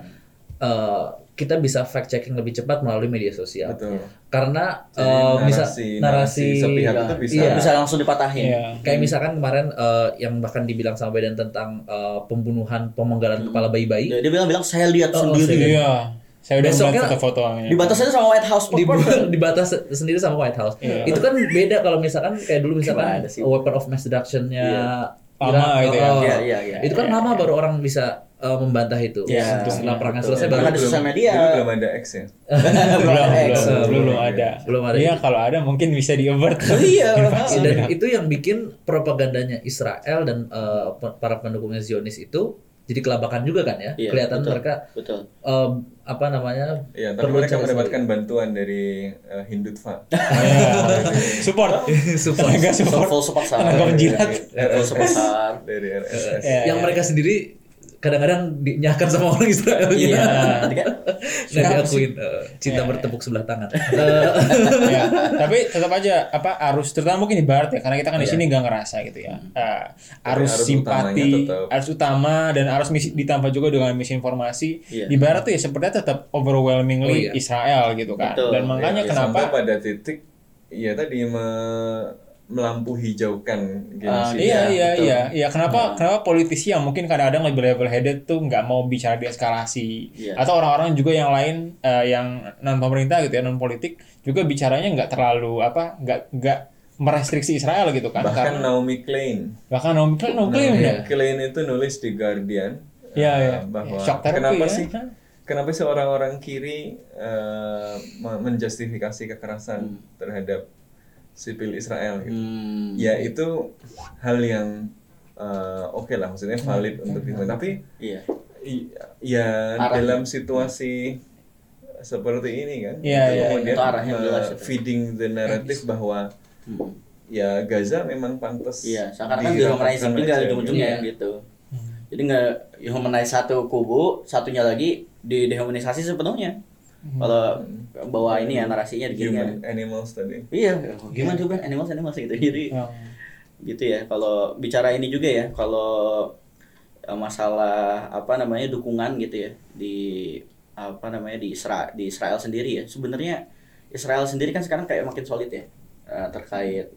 kita bisa fact checking lebih cepat melalui media sosial. betul. Karena Jadi narasi sepihak itu bisa. iya. Bisa langsung dipatahin. Iya. Kayak misalkan kemarin yang bahkan dibilang sama Biden tentang pembunuhan pemenggalan kepala bayi-bayi. Dia bilang saya lihat Oh, sendiri. Iya. Saya udah Besoknya melihat foto-fotonya. Dibatasnya sama White House. dibatas sendiri sama White House. Iya. Itu kan beda kalau misalkan kayak dulu misalkan Gimana sih? weapon of mass destruction-nya Lama gitu ya. Iya. Itu kan lama baru orang bisa membantah itu. Iya. Setelah perang Betul. selesai Bahkan baru di sosial media. Dulu belum ada X ya. belum ada. Belum ada Iya, itu. kalau ada mungkin bisa di-avert. Iya. Dan itu yang bikin propagandanya Israel dan para pendukungnya Zionis itu jadi kelabakan juga kan ya. Iya, Kelihatan betul. mereka Betul. apa namanya? Iya, tapi perlu mereka cari mendapatkan bantuan dari Hindutva. Support. Support. Tenaga support. Full support Tenaga penjilat. Full support. Dari RSS. Iya, yang iya. mereka sendiri kadang-kadang dinyahkan sama orang Israel. Iya. Nanti kan Nggak diakuin cinta bertepuk sebelah tangan. Ya, tapi tetap aja arus terutama mungkin di barat ya, karena kita kan di sini nggak ngerasa gitu ya. Arus arus simpati, utamanya tetap. arus utama dan arus ditambah juga dengan misinformasi. Iya. Di barat tuh ya sepertinya tetap overwhelmingly Oh, iya. Israel gitu kan. Betul. Dan makanya Ya, sampai kenapa pada titik ya tadi melampu hijaukan Iya. genosida. Kenapa politisi yang mungkin kadang-kadang lebih level headed tuh nggak mau bicara deeskalasi, atau orang-orang juga yang lain yang non pemerintah gitu ya, non politik juga bicaranya nggak terlalu nggak merestriksi Israel gitu kan. Bahkan Naomi Klein itu nulis di Guardian bahwa shock therapy, kenapa sih orang-orang kiri menjustifikasi kekerasan terhadap sipil Israel gitu. Ya itu hal yang oke lah, maksudnya valid untuk itu. Tapi dalam situasi seperti ini kan, kemudian itu arahnya jelas, feeding the narrative bahwa ya Gaza memang pantas seakan-akan dehumanizing juga ujung-ujungnya gitu. Jadi nggak humanize satu kubu, satunya lagi di dehumanisasi sepenuhnya. Kalau bawa ini ya narasinya begini human animals tadi. Iya, gimana juga animals gitu. Jadi gitu ya. Kalau bicara ini juga ya, kalau masalah dukungan gitu ya di di Israel sendiri ya. Sebenarnya Israel sendiri kan sekarang kayak makin solid ya terkait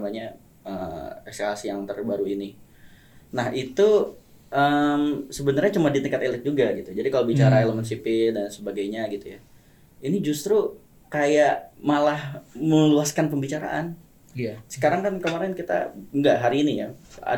eskalasi yang terbaru ini. Nah, itu sebenarnya cuma di tingkat elit juga gitu. Jadi kalau bicara elemen sipil dan sebagainya gitu ya. Ini justru kayak malah meluaskan pembicaraan. Iya. Sekarang kan kemarin hari ini ya ada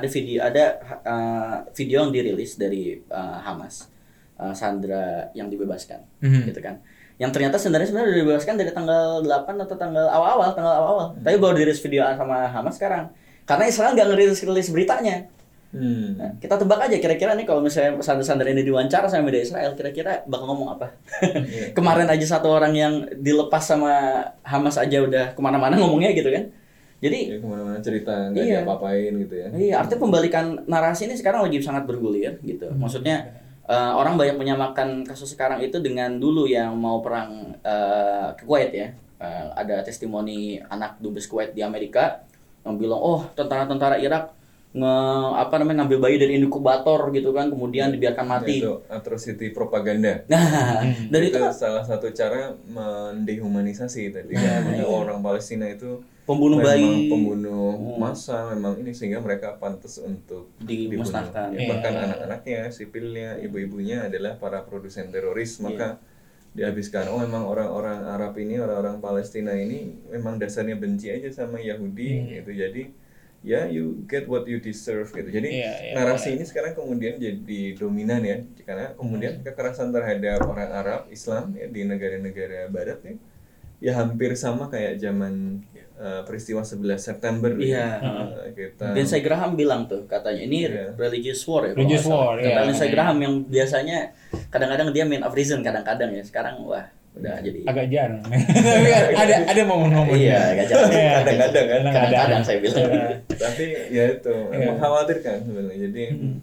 video yang dirilis dari Hamas, Sandra yang dibebaskan, gitu kan. Yang ternyata sebenarnya udah dibebaskan dari tanggal 8 atau tanggal awal. Tapi baru dirilis video sama Hamas sekarang. Karena Israel nggak ngerilis beritanya. Nah, kita tebak aja kira-kira nih kalau misalnya Sandra ini diwawancara sama media Israel, kira-kira bakal ngomong apa? Kemarin aja satu orang yang dilepas sama Hamas aja udah kemana-mana ngomongnya gitu kan. Jadi kemana-mana cerita nggak diapa-apain gitu ya. Iya, artinya pembalikan narasi ini sekarang lagi sangat bergulir gitu. Maksudnya orang banyak menyamakan kasus sekarang itu dengan dulu yang mau perang ke Kuwait ya. Ada testimoni anak dubes Kuwait di Amerika yang bilang, tentara-tentara Irak ngambil bayi dari inkubator gitu kan, kemudian dibiarkan mati. Itu atrocity propaganda. Nah, dari itu salah satu cara mendehumanisasi tadi. Orang Palestina itu pembunuh bayi, pembunuh massa memang ini, sehingga mereka pantas untuk dimusnahkan. Bahkan anak-anaknya, sipilnya, ibu-ibunya adalah para produsen teroris, maka dihabiskan. Memang orang-orang Arab ini, orang-orang Palestina ini memang dasarnya benci aja sama Yahudi gitu. Jadi you get what you deserve gitu. Jadi narasi ini sekarang kemudian jadi dominan ya, karena kemudian kekerasan terhadap orang Arab Islam ya di negara-negara Barat ya hampir sama kayak zaman peristiwa 11 September. Lindsey Graham bilang tuh katanya ini religious war ya. Religious war. Lindsey Graham yang biasanya kadang-kadang dia main of reason kadang-kadang ya. Sekarang udah jadi agak jarang. Tapi ada momen-momen. Iya, agak jarang. Kadang-kadang saya bilang. Tapi ya itu mengkhawatirkan sebenarnya. Jadi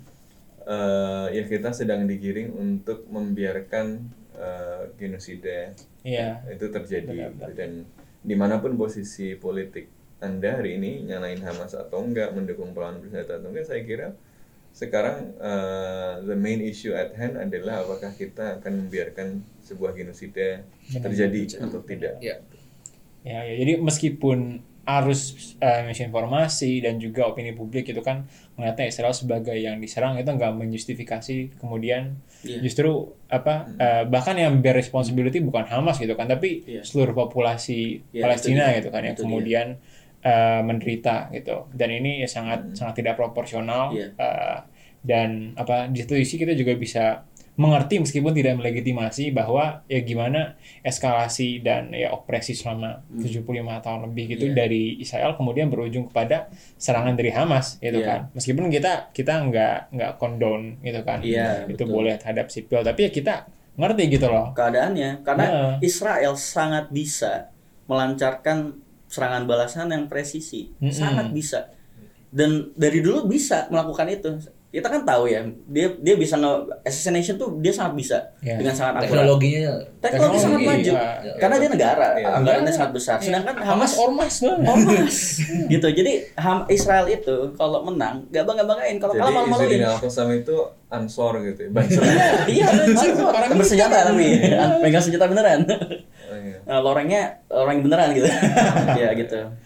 ya kita sedang digiring untuk membiarkan genosida itu terjadi. Dan dimanapun posisi politik Anda hari ini, nyalain Hamas atau enggak, mendukung perlawanan bersenjata atau enggak, saya kira sekarang the main issue at hand adalah apakah kita akan membiarkan sebuah genosida terjadi atau tidak. Ya, jadi meskipun arus misinformasi dan juga opini publik itu kan melihatnya Israel sebagai yang diserang, itu nggak menjustifikasi kemudian justru bahkan yang bear responsibility bukan Hamas gitu kan, tapi seluruh populasi Palestina gitu kan yang kemudian menderita gitu. Dan ini sangat tidak proporsional. Dan di satu sisi kita juga bisa mengerti meskipun tidak melegitimasi bahwa ya gimana eskalasi dan ya opresi selama 75 tahun lebih gitu dari Israel kemudian berujung kepada serangan dari Hamas gitu kan. Meskipun kita nggak condone gitu kan. Itu betul. Boleh terhadap sipil, tapi ya kita ngerti gitu loh keadaannya, karena Israel sangat bisa melancarkan serangan balasan yang presisi, sangat bisa. Dan dari dulu bisa melakukan itu. Kita kan tahu ya, dia bisa assassination tuh dia sangat bisa dengan sangat akurat. Teknologi sangat maju. Karena dia negara, anggarannya sangat besar. Sedangkan Hamas ormas. Gitu. Jadi Israel itu kalau menang gak bangga-banggain, kalau kalah malu-maluin. Jadi Al-Qassam itu Ansor gitu ya. Iya, Ansor. Bersenjata tapi pegang senjata beneran. Nah, orang yang beneran gitu. Ya gitu.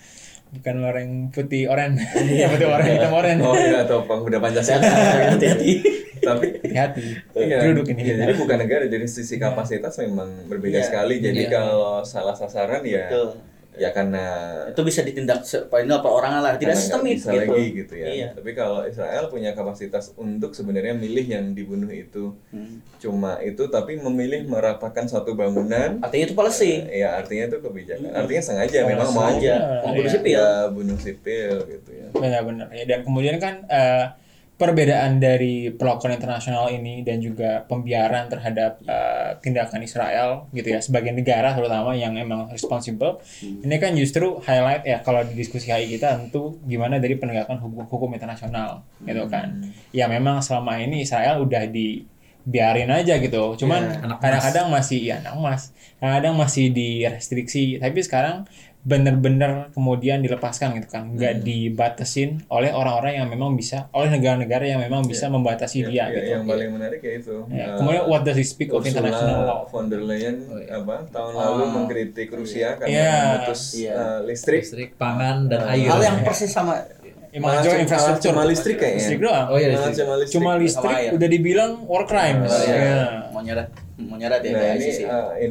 bukan orang putih oren. Ya putih oren, hitam oren. Oh iya, atau pemuda Pancasila. Hati-hati. Tapi Hati-hati. iya, Duduk ini. iya, jadi bukan negara, dari sisi kapasitas memang berbeda Iya. sekali. Jadi Iya. kalau salah sasaran ya Betul. ya karena Itu bisa ditindak paling apa orang lah, tidak karena nggak sistemik bisa gitu. lagi gitu ya. Iya. Tapi kalau Israel punya kapasitas untuk sebenarnya milih yang dibunuh itu cuma itu, tapi memilih meratakan satu bangunan. Artinya itu policy. Ya artinya itu kebijakan. Artinya sengaja memang mau sengaja. Mau bunuh sipil. Ya, bunuh sipil gitu ya. Benar-benar ya. Dan kemudian kan perbedaan dari perlakuan internasional ini dan juga pembiaran terhadap tindakan Israel gitu ya sebagai negara terutama yang emang responsible, ini kan justru highlight ya kalau di diskusi HI kita tentu gimana dari penegakan hukum internasional gitu kan. Ya memang selama ini Israel udah dibiarin aja gitu, cuman anak kadang-kadang masih ya anak emas, kadang masih direstriksi, tapi sekarang benar-benar kemudian dilepaskan gitu kan, nggak dibatasin oleh orang-orang yang memang bisa, oleh negara-negara yang memang bisa membatasi dia Ya, gitu. yang paling menarik ya itu. Ya, kemudian what does it speak of international law? Von der Leyen tahun lalu mengkritik Rusia karena Iya. memutus Iya. listrik. Listrik, pangan dan air. Hal yang persis sama Emang infrastruktur cuma listrik kayaknya. listrik doang. Oh iya, Malah listrik. Cuma Sama listrik air. udah dibilang war crimes. Oh, iya. Ya. mau nyerat ya Nah kayak ini ICC.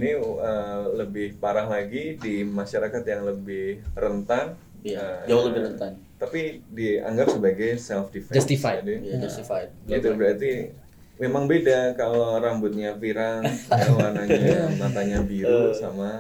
lebih parah lagi di masyarakat yang lebih rentan. Iya, jauh lebih rentan. Tapi dianggap sebagai self defense. Justified. Jadi, Iya, justified. itu berarti memang beda kalau rambutnya pirang, ya, warnanya matanya biru sama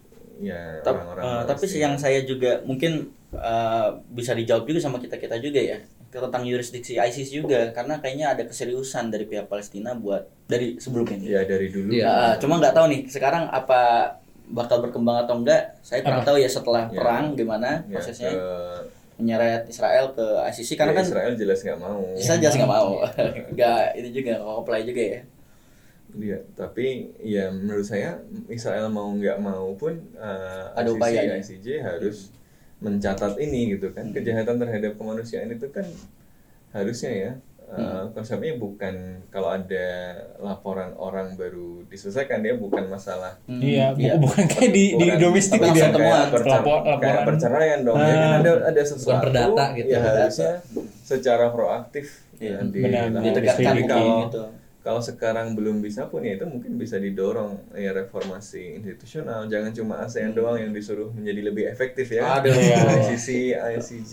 ya orang-orang. Tapi sih yang saya juga mungkin bisa dijawab juga sama kita juga ya tentang yurisdiksi ISIS juga, karena kayaknya ada keseriusan dari pihak Palestina buat dari sebelum ini. Ya dari dulu. Iya. Cuma nggak tahu nih sekarang apa bakal berkembang atau enggak. Saya kurang tahu ya setelah Ya. perang gimana Ya, prosesnya ke- menyeret Israel ke ICC karena ya, kan Israel jelas nggak mau. Israel jelas nggak mau. Nggak itu juga nggak apply juga ya. Iya, tapi ya menurut saya Israel mau nggak mau pun Ada upayanya. ICJ harus mencatat ini gitu kan. Kejahatan terhadap kemanusiaan itu kan harusnya ya konsepnya bukan kalau ada laporan orang baru diselesaikan, dia bukan masalah Iya, bukan kayak di domestik bukan gitu ya. langsung temuan. Laporan. kayak perceraian dong. Ya kan ada sesuatu perdata gitu. ya harusnya secara proaktif Iya, dilakukan. ditegakkan Jadi kalau gitu. kalau sekarang belum bisa pun ya itu mungkin bisa didorong ya reformasi institusional. Jangan cuma ASEAN doang yang disuruh menjadi lebih efektif ya. Aduh. ICC, ICJ.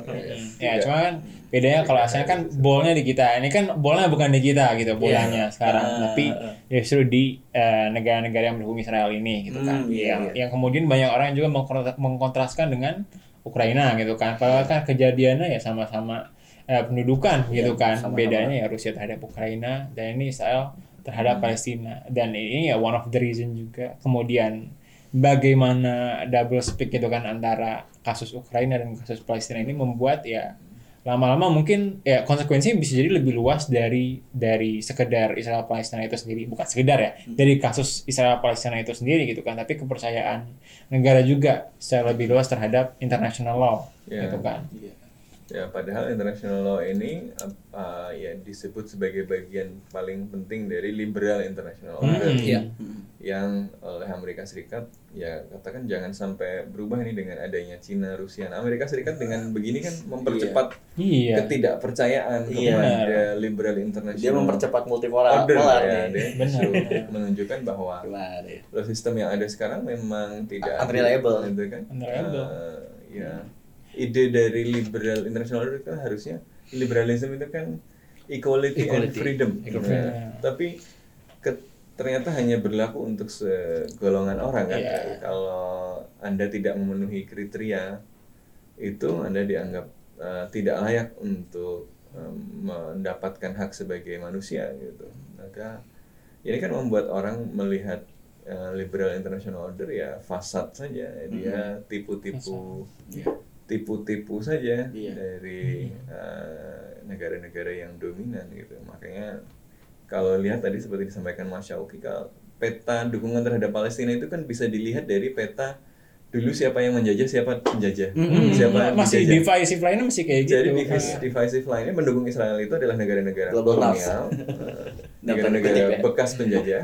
Ya, cuma kan bedanya kalau ASEAN kan bolnya di kita. Ini kan bolnya bukan di kita gitu, bolanya sekarang, tapi justru di negara-negara yang mendukung Israel ini gitu kan. Yang kemudian banyak orang juga mengkontraskan dengan Ukraina gitu kan. Padahal kan kejadiannya ya sama-sama pendudukan gitu kan. sama-sama. Bedanya ya Rusia terhadap Ukraina dan ini Israel terhadap Palestina. Dan ini ya one of the reason juga kemudian bagaimana double speak gitu kan antara kasus Ukraina dan kasus Palestina ini membuat ya lama-lama mungkin ya konsekuensinya bisa jadi lebih luas dari sekedar Israel Palestina itu sendiri, bukan sekedar ya dari kasus Israel Palestina itu sendiri gitu kan, tapi kepercayaan negara juga secara lebih luas terhadap international law Ya. gitu kan. Ya, padahal international law ini ya disebut sebagai bagian paling penting dari liberal international order Iya. yang oleh Amerika Serikat ya katakan jangan sampai berubah ini dengan adanya Cina, Rusia. Nah, Amerika Serikat dengan begini kan mempercepat Iya. ketidakpercayaan Iya. kepada liberal international Dia mempercepat multipolar order polar ya, nih. dia Benar. justru menunjukkan bahwa Gimana deh? law sistem yang ada sekarang memang tidak Unreliable. adil, gitu kan. Unreliable. Ya ide dari liberal international order kan harusnya liberalism itu kan equality and freedom. Nah, tapi ternyata hanya berlaku untuk segolongan orang kan. Iya. Kalau Anda tidak memenuhi kriteria itu Anda dianggap tidak layak untuk mendapatkan hak sebagai manusia gitu. Maka ini kan membuat orang melihat liberal international order ya fasad saja, dia tipu-tipu saja dari negara-negara yang dominan gitu. Makanya kalau lihat tadi seperti disampaikan Mas Syauki, kalau peta dukungan terhadap Palestina itu kan bisa dilihat dari peta dulu siapa yang menjajah, siapa penjajah, siapa yang Masih dijajah. divisive lainnya masih kayak gitu. Jadi divisive lainnya mendukung Israel itu adalah negara-negara Global kolonial, negara-negara bekas penjajah.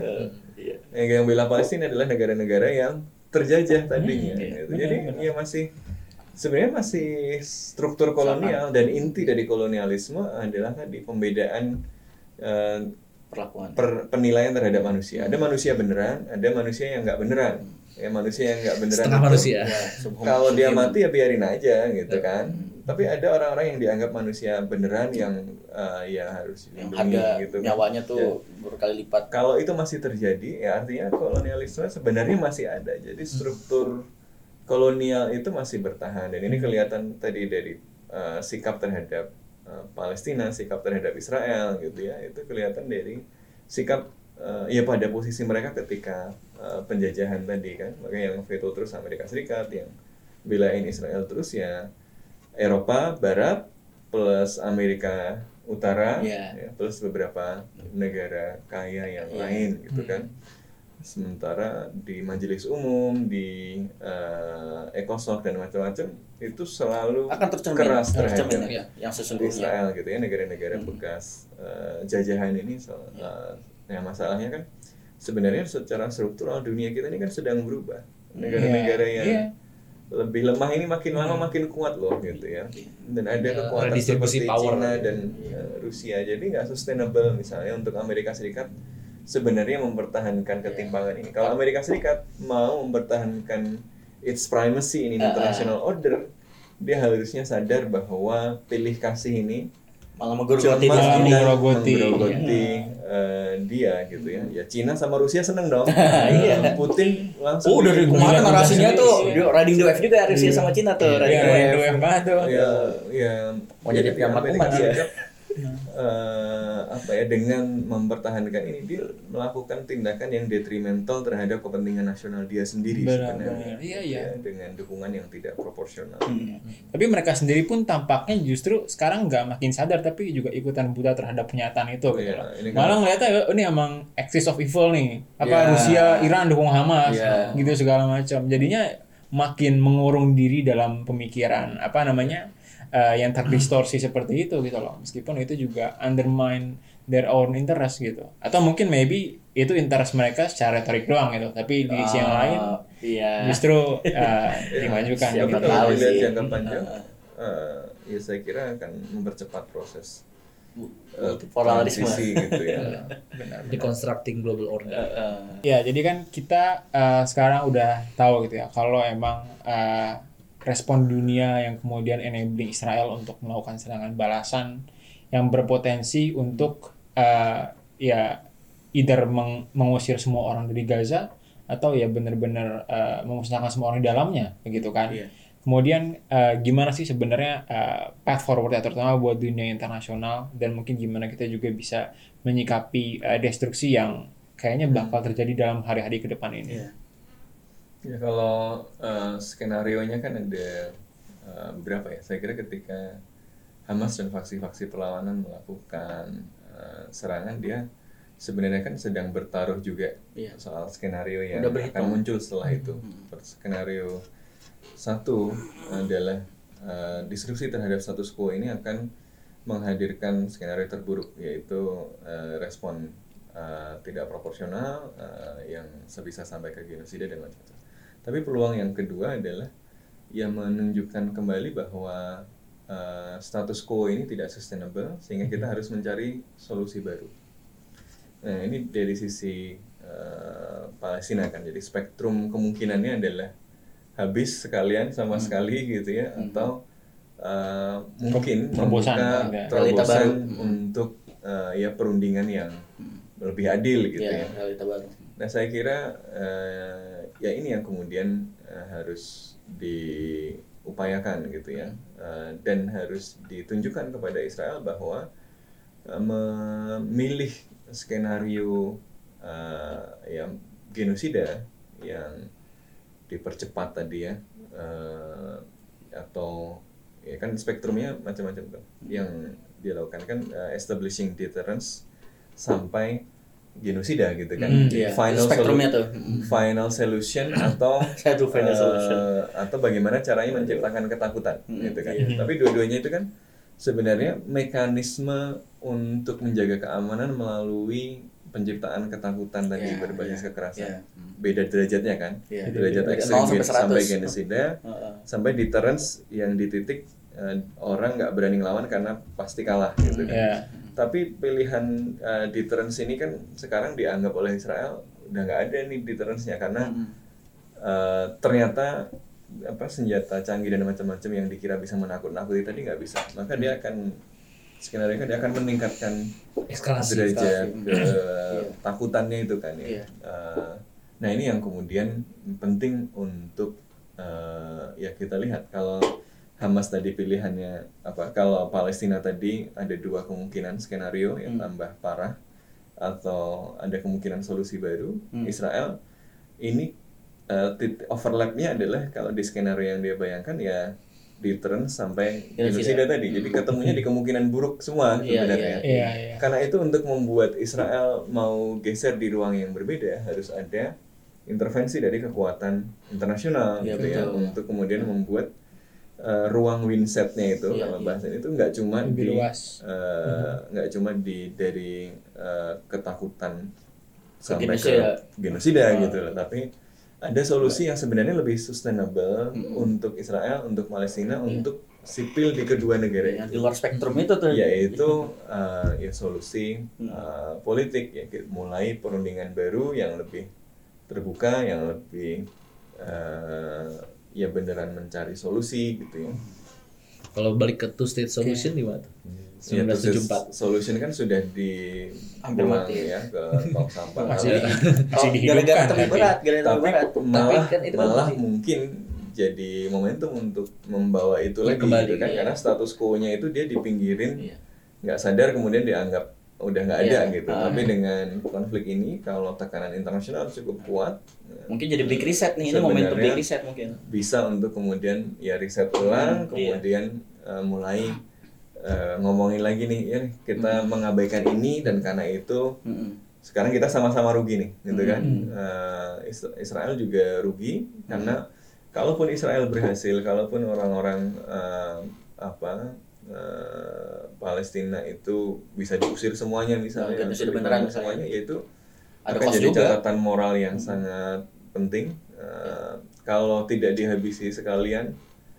Yang bela Palestina adalah negara-negara yang terjajah tadinya. Gitu. Jadi ya masih sebenarnya masih struktur kolonial dan inti dari kolonialisme adalah tadi pembedaan eh, Perlakuan. penilaian terhadap manusia. Ada manusia beneran, ada manusia yang nggak beneran. Ya manusia yang nggak beneran Setengah itu, manusia. kalau dia mati ya biarin aja gitu kan. Tapi ada orang-orang yang dianggap manusia beneran yang ya harus Yang dilindungi harga gitu kan. nyawanya Ya. tuh berkali lipat. Kalau itu masih terjadi, ya artinya kolonialisme sebenarnya masih ada. Jadi struktur kolonial itu masih bertahan, dan ini kelihatan tadi dari sikap terhadap Palestina, sikap terhadap Israel gitu ya. Itu kelihatan dari sikap ya pada posisi mereka ketika penjajahan tadi kan. Makanya yang veto terus Amerika Serikat, yang belain Israel terus ya Eropa Barat plus Amerika Utara, Iya. ya, plus beberapa negara kaya yang Iya. lain gitu kan. Sementara di Majelis Umum, di ECOSOC dan macam-macam itu selalu Akan tercermin. keras terhadap Tercermin, ya. yang sesungguhnya. Israel gitu ya, negara-negara bekas jajahan ini. Nah masalahnya kan sebenarnya secara struktural dunia kita ini kan sedang berubah. Negara-negara Iya, yang iya. lebih lemah ini makin lama makin kuat loh gitu ya. Dan ada kekuatan redistribusi seperti power Cina gitu. dan Rusia, jadi nggak sustainable misalnya untuk Amerika Serikat sebenarnya mempertahankan ketimpangan ini. Kalau Amerika Serikat mau mempertahankan its primacy in international order, dia harusnya sadar bahwa pilih kasih ini Malah cuma menggerogoti Malah di sini. menggerogoti. menggerogoti dia gitu ya. Ya Cina sama Rusia seneng dong. Iya. Putin langsung Dari kemarin Iya, narasinya iya, tuh iya. riding the wave juga Rusia sama Cina tuh. Riding Iya, the main wave. dua banget tuh. ya Mau jadi kiamat Amerika umat ya. Serikat, apa ya, dengan mempertahankan ini dia melakukan tindakan yang detrimental terhadap kepentingan nasional dia sendiri Benar, sebenarnya. benar. Iya, iya. Ya, dengan dukungan yang tidak proporsional. Tapi mereka sendiri pun tampaknya justru sekarang nggak makin sadar, tapi juga ikutan buta terhadap pernyataan itu gitu Iya, loh. ini kan- Malah ngeliatnya ini emang axis of evil nih. Apa Iya. Rusia, Iran dukung Hamas, Iya. gitu segala macam. Jadinya makin mengurung diri dalam pemikiran apa namanya yang terdistorsi seperti itu gitu loh. Meskipun itu juga undermine their own interest gitu. Atau mungkin maybe itu interest mereka secara retorik doang gitu. Tapi di sisi yang lain Iya. justru dimajukan Siapa Tapi gitu. kalau tahu dilihat sih. jangka panjang, ya saya kira akan mempercepat proses Multipolaralisme. transisi gitu ya. Deconstructing global order. Ya, jadi kan kita sekarang udah tahu gitu ya, kalau emang respon dunia yang kemudian enabling Israel untuk melakukan serangan balasan yang berpotensi untuk ya either mengusir semua orang dari Gaza atau ya benar-benar memusnahkan semua orang di dalamnya, begitu kan? Iya. Kemudian gimana sih sebenarnya path forward ya, terutama buat dunia internasional, dan mungkin gimana kita juga bisa menyikapi destruksi yang kayaknya bakal terjadi dalam hari-hari ke depan ini. Iya. Ya kalau skenarionya kan ada beberapa ya. Saya kira ketika Hamas dan faksi-faksi perlawanan melakukan serangan, dia sebenarnya kan sedang bertaruh juga Iya. soal skenario yang Udah akan berhitung. muncul setelah itu. Skenario satu adalah disrupsi terhadap status quo ini akan menghadirkan skenario terburuk, yaitu respon tidak proporsional yang bisa sampai ke genosida dan macam-macam. Tapi peluang yang kedua adalah yang menunjukkan kembali bahwa status quo ini tidak sustainable, sehingga kita harus mencari solusi baru. Nah ini dari sisi Palestina kan, jadi spektrum kemungkinannya adalah habis sekalian sama sekali gitu ya, atau mungkin Terobosan, membuka ya. terobosan Realita baru. untuk ya perundingan yang lebih adil gitu Iya, ya. realita baru. Nah saya kira ya ini yang kemudian harus diupayakan gitu ya, dan harus ditunjukkan kepada Israel bahwa memilih skenario yang genosida yang dipercepat tadi ya, atau ya kan spektrumnya macam-macam tuh yang dilakukan kan, establishing deterrence sampai genosida gitu kan. Iya. Spektrumnya tuh. Final solution atau Satu final solution. atau bagaimana caranya menciptakan ketakutan gitu kan. Iya. Tapi dua-duanya itu kan sebenarnya mekanisme untuk menjaga keamanan melalui penciptaan ketakutan tadi Iya, berbasis iya, kekerasan. iya. Beda derajatnya kan, Iya. derajat Dari ekstrim 0 sampai 100. sampai genosida, Heeh. sampai deterrence yang di titik orang nggak berani ngelawan karena pasti kalah gitu kan. Iya. Tapi pilihan deterrence ini kan sekarang dianggap oleh Israel udah nggak ada nih deterrence-nya karena ternyata senjata canggih dan macam-macam yang dikira bisa menakut-nakuti tadi nggak bisa. Maka dia akan skenario dia akan meningkatkan Eskalasi. derajat ketakutannya itu kan ya. Iya. Nah ini yang kemudian penting untuk ya kita lihat kalau Hamas tadi pilihannya kalau Palestina tadi ada 2 kemungkinan skenario yang tambah parah atau ada kemungkinan solusi baru. Israel ini overlapnya adalah kalau di skenario yang dia bayangkan ya deterrence sampai genosida tadi. Jadi ketemunya di kemungkinan buruk semua sebenarnya. Iya. Karena itu untuk membuat Israel mau geser di ruang yang berbeda harus ada intervensi dari kekuatan internasional gitu ya untuk kemudian membuat ruang windset-nya itu kalau bahasanya itu nggak cuma lebih di luas. nggak cuma dari ketakutan sampai genosida. ke genosida gitu loh, tapi ada solusi yang sebenarnya lebih sustainable untuk Israel, untuk Palestina, untuk sipil di kedua negara Yang di luar spektrum itu tuh. yaitu ya solusi politik ya mulai perundingan baru yang lebih terbuka, yang lebih ya beneran mencari solusi gitu ya. Kalau balik ke two state solution gimana? Ya, 1974. solution kan sudah Hampir dibuang mati. ya ke tong sampah. Masih Gara-gara dihidupkan terlalu tapi. berat, gara-gara terlalu Tapi berat. malah kan itu kan malah masih- mungkin jadi momentum untuk membawa itu Ya, lagi kembali, gitu kan iya. karena status quo-nya itu dia dipinggirin Iya. nggak sadar kemudian dianggap udah nggak ada Iya. gitu. Tapi dengan konflik ini kalau tekanan internasional cukup kuat Mungkin jadi big reset nih, ini momentum Sebenarnya big reset mungkin. bisa untuk kemudian ya riset ulang kemudian mulai ngomongin lagi nih ya kita mengabaikan ini dan karena itu sekarang kita sama-sama rugi nih gitu kan. Israel juga rugi karena kalaupun Israel berhasil, kalaupun orang-orang Palestina itu bisa diusir semuanya misalnya, genosida atau beneran dibunuh semuanya, yaitu Ada akan cost jadi juga. catatan moral yang sangat penting. Kalau tidak dihabisi sekalian,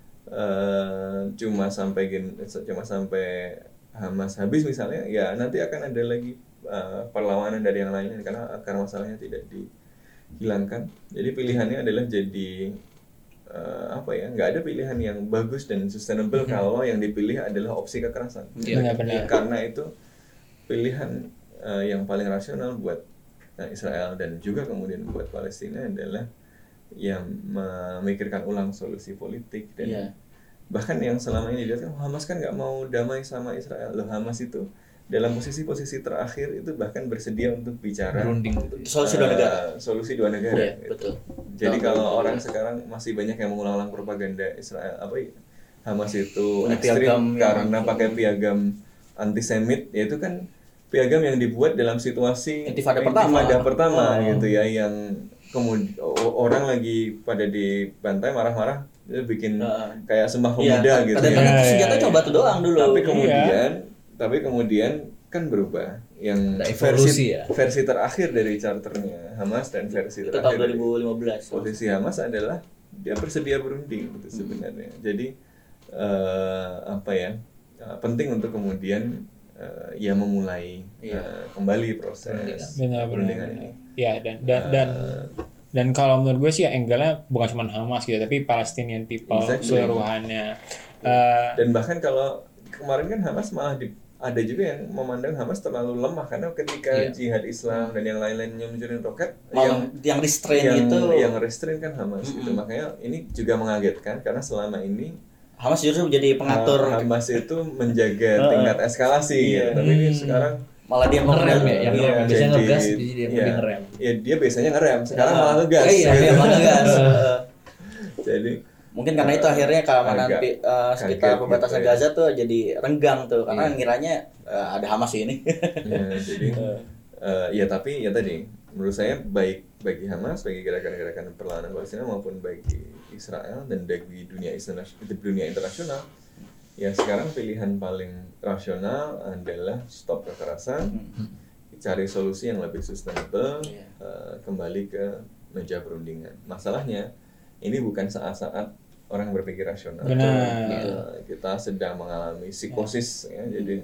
cuma sampai Hamas habis misalnya, ya nanti akan ada lagi perlawanan dari yang lainnya karena akar masalahnya tidak dihilangkan. Jadi pilihannya adalah jadi nggak ada pilihan yang bagus dan sustainable kalau yang dipilih adalah opsi kekerasan. Benar-benar. Karena itu pilihan yang paling rasional buat Israel dan juga kemudian buat Palestina adalah yang memikirkan ulang solusi politik dan bahkan yang selama ini dilihat kan Hamas kan nggak mau damai sama Israel. Loh, Hamas itu dalam posisi terakhir itu bahkan bersedia untuk bicara Berunding. Solusi dua negara. solusi dua negara. Iya, gitu. betul. Jadi Tahun kalau 2012. orang sekarang masih banyak yang mengulang-ulang propaganda Israel Hamas itu Punya ekstrim piagam karena yang- pakai piagam antisemit, yaitu kan piagam yang dibuat dalam situasi Intifada pertama Oh. gitu ya, yang kemudian orang lagi pada dibantai marah-marah dia bikin kayak sembah pemuda gitu Padahal ya. kan itu senjata coba tuh doang dulu. Tapi kemudian kan berubah yang Ada evolusi ya. versi terakhir dari charternya Hamas dan versi Itu terakhir tahun dari 2015. posisi Hamas adalah dia bersedia berunding gitu sebenarnya. Jadi penting untuk kemudian ya memulai kembali proses perundingan ini. Ya dan kalau menurut gue sih ya angle-nya bukan cuma Hamas gitu tapi Palestinian people keseluruhannya. Dan bahkan kalau kemarin kan Hamas malah ada juga yang memandang Hamas terlalu lemah karena ketika jihad Islam dan yang lain-lainnya mencuri roket yang restrain itu yang restrain kan Hamas gitu. Makanya ini juga mengagetkan karena selama ini Hamas justru menjadi pengatur. Hamas itu menjaga tingkat eskalasi gitu. Tapi ini sekarang Malah dia ngerem ya, yang Iya, ngerem. Biasanya jadi- ngegas, jadi dia iya. ngerem. Ya dia biasanya ngerem, sekarang malah ngegas. Iya, gitu. dia malah ngegas. Jadi Mungkin karena itu akhirnya keamanan agak sekitar kaget perbatasan gitu ya. Gaza tuh jadi renggang tuh karena ngiranya ada Hamas ini. ya, jadi ya tapi ya tadi menurut saya baik bagi Hamas, bagi gerakan-gerakan perlawanan Palestina maupun bagi Israel dan bagi dunia internasional, ya sekarang pilihan paling rasional adalah stop kekerasan, cari solusi yang lebih sustainable, Iya. kembali ke meja perundingan. Masalahnya ini bukan saat-saat orang berpikir rasional. Benar. Kita sedang mengalami psikosis ya, jadi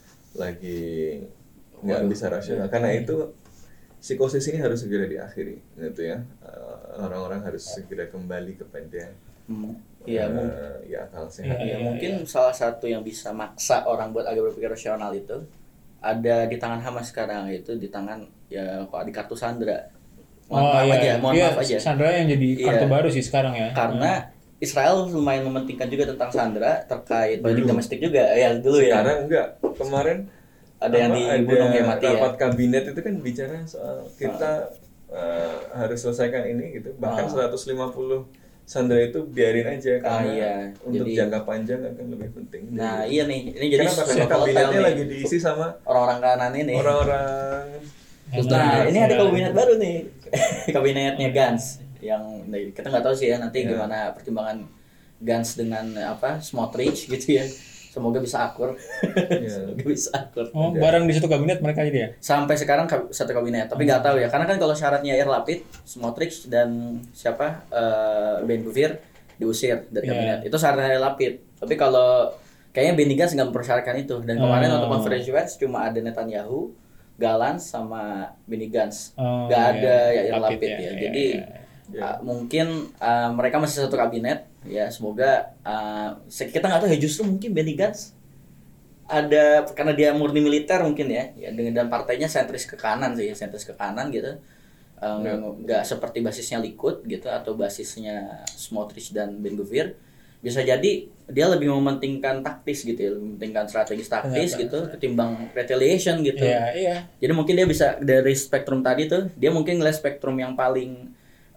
lagi nggak bisa rasional. Karena itu psikosis ini harus segera diakhiri, gitu ya. Orang-orang harus segera kembali kepada Iya, ya akal sehat. ya, mungkin salah satu yang bisa maksa orang buat agak berpikir rasional itu ada di tangan Hamas sekarang, yaitu di tangan ya kok di kartu Sandra. Mohon maaf aja. Sandra yang jadi kartu baru sih sekarang ya. Karena Israel lumayan mementingkan juga tentang Sandra terkait politik domestik juga ya dulu ya. Sekarang enggak. Kemarin ada yang dibunuh ya mati ya. Rapat kabinet itu kan bicara soal kita harus selesaikan ini gitu. Bahkan 150 Sandra itu biarin aja karena untuk jangka panjang akan lebih penting. Nah, iya nih. Ini jadi karena kabinetnya lagi diisi sama orang-orang kanan ini. Orang-orang. Nah, ini ada kabinet baru nih. Kabinetnya Gantz yang kita nggak tahu sih ya nanti gimana pertimbangan Gantz dengan Smotrich gitu ya. Semoga bisa akur. Semoga bisa akur. Oh, bareng di satu kabinet mereka jadi ya? Sampai sekarang satu kabinet, tapi nggak tahu ya. Karena kan kalau syaratnya Yair Lapid, Smotrich dan siapa Ben Gvir diusir dari kabinet. Itu syaratnya Yair Lapid. Tapi kalau kayaknya Benny Gantz nggak mempersyaratkan itu. Dan kemarin untuk konferensi pers cuma ada Netanyahu, Galants sama Benny Gantz. Nggak ada Yair Lapid ya. Jadi mungkin mereka masih satu kabinet ya, semoga kita nggak tahu ya, justru mungkin Benny Gantz ada karena dia murni militer mungkin ya dan partainya sentris ke kanan sih, sentris ke kanan gitu, nggak seperti basisnya Likud gitu atau basisnya Smotrich dan Ben Gvir. Bisa jadi dia lebih mementingkan taktis gitu ya, mementingkan strategis taktis gitu ketimbang retaliation gitu. Jadi mungkin dia bisa dari spektrum tadi tuh dia mungkin ngeliat spektrum yang paling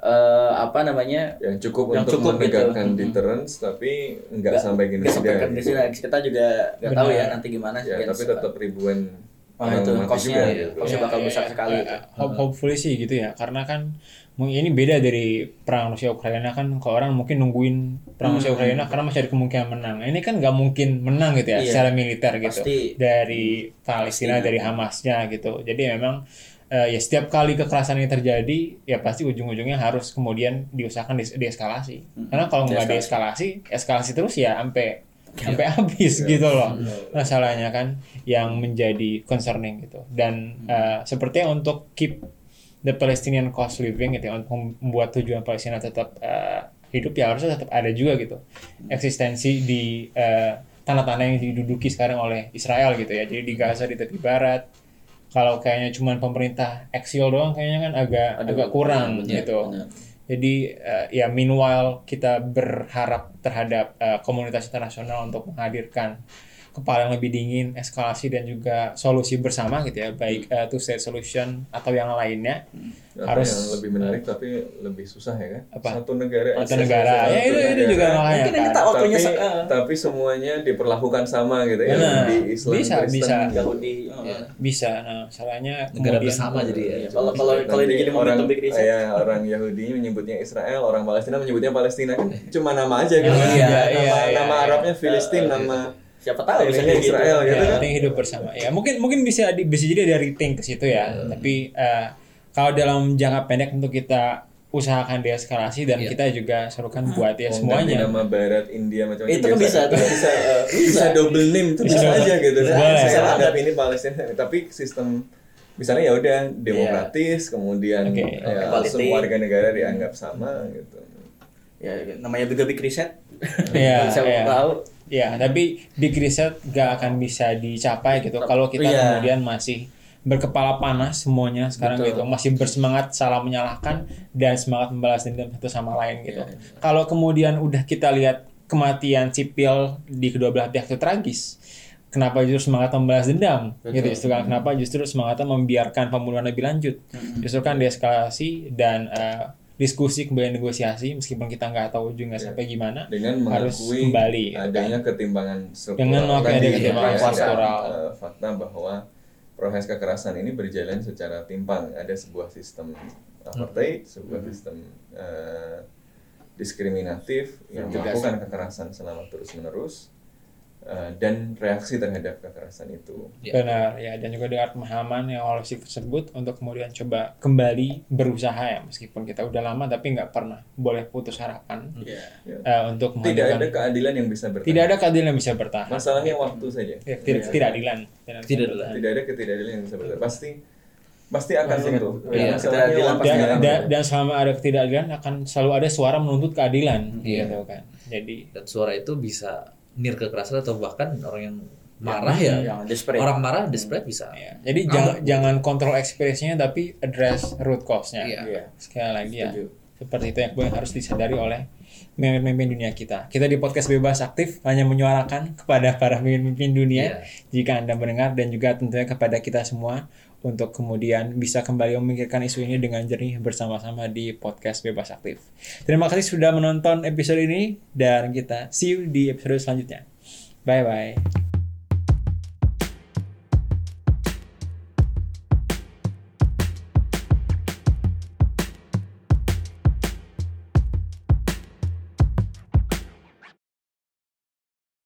yang cukup untuk menegakkan gitu. Deterrence tapi nggak sampai genosida. Kita juga nggak tahu ya nanti gimana sih. Tapi tetap ribuan itu kosnya bakal besar sekali itu. Hopefully sih gitu ya, karena kan ini beda dari perang Rusia Ukraina kan. Kalau orang mungkin nungguin perang Rusia Ukraina karena masih ada kemungkinan menang. Ini kan nggak mungkin menang gitu ya secara militer gitu. Dari Palestina, dari Hamasnya gitu. Jadi memang ya setiap kali kekerasan ini terjadi ya pasti ujung-ujungnya harus kemudian diusahakan dieskalasi. Karena kalau nggak eskalasi terus ya sampai habis gitu loh. Masalahnya kan yang menjadi concerning gitu. Dan sepertinya untuk keep the Palestinian cost living gitu ya, untuk membuat tujuan Palestina tetap hidup ya harusnya tetap ada juga gitu eksistensi di tanah-tanah yang diduduki sekarang oleh Israel gitu ya. Jadi di Gaza, di tepi barat, kalau kayaknya cuma pemerintah eksil doang kayaknya kan agak kurang gitu. Jadi ya meanwhile kita berharap terhadap komunitas internasional untuk menghadirkan kepala yang lebih dingin, eskalasi dan juga solusi bersama gitu ya, baik two state solution atau yang lainnya. Harus yang lebih menarik tapi lebih susah ya kan? Satu negara ya itu juga makanya mungkin kan. kita waktunya tapi semuanya diperlakukan sama gitu ya. Di Islam bisa Yahudi bisa. Nah, salahnya negara bersama jadi ya. Kalau jadi momentum big riset ya, orang Yahudi menyebutnya Israel, orang Palestina menyebutnya Palestina kan cuma nama aja gitu. Nama Arabnya Filistin, nama siapa tahu bisa Israel gitu kan. Hidup bersama. Ya, mungkin bisa jadi dari think ke situ ya. Tapi kalau dalam jangka pendek untuk kita usahakan deeskalasi dan kita juga serukan buat ya semuanya. Nama Barat, India macam-macam. Itu kan bisa double name terus aja gitu. Saya anggap ini Palestina, tapi sistem misalnya ya udah demokratis, kemudian semua warga negara dianggap sama gitu. Ya namanya juga big reset. Iya. Tahu. Ya, tapi big reset gak akan bisa dicapai gitu kalau kita kemudian masih berkepala panas semuanya sekarang gitu, masih bersemangat salah menyalahkan dan semangat membalas dendam satu sama lain gitu. Kalau kemudian udah kita lihat kematian sipil di kedua belah pihak itu tragis, kenapa justru semangat membalas dendam gitu, justru kan kenapa justru semangatnya membiarkan pembunuhan lebih lanjut, justru kan deeskalasi dan diskusi kembali negosiasi meskipun kita nggak tahu ujungnya sampai gimana, dengan harus mengakui kembali adanya ketimbangan struktural, dengan mengakui ketimbangan struktural, fakta bahwa proses kekerasan ini berjalan secara timpang. Ada sebuah sistem apartheid, sebuah sistem diskriminatif yang melakukan kekerasan selama terus-menerus, dan reaksi terhadap kekerasan itu. Ya. Benar ya, dan juga dengan pemahaman yang holistik tersebut untuk kemudian coba kembali berusaha ya, meskipun kita udah lama tapi nggak pernah boleh putus harapan Ya. untuk Tidak menghadirkan. ada keadilan yang bisa bertahan. Tidak ada keadilan yang bisa bertahan. Masalahnya waktu saja. Ya, ketidakadilan. Tidak ada ketidakadilan yang bisa bertahan. Pasti akan runtuh. Iya, Masalahnya ketidakadilan waktu pasti Dan, akan saja. dan selama ada ketidakadilan akan selalu ada suara menuntut keadilan, Iya. gitu kan. Jadi Dan suara itu bisa nir kekerasan atau bahkan orang yang marah ya. Yang desperate. Orang marah desperate bisa. ya, jadi jangan kontrol ekspresinya tapi address root cause-nya. Iya. Iya. Sekali lagi ya, Setuju. seperti itu yang harus disadari oleh pemimpin dunia kita. Kita di podcast Bebas Aktif hanya menyuarakan kepada para pemimpin dunia jika Anda mendengar, dan juga tentunya kepada kita semua untuk kemudian bisa kembali memikirkan isu ini dengan jernih bersama-sama di podcast Bebas Aktif. Terima kasih sudah menonton episode ini dan kita see you di episode selanjutnya. Bye bye.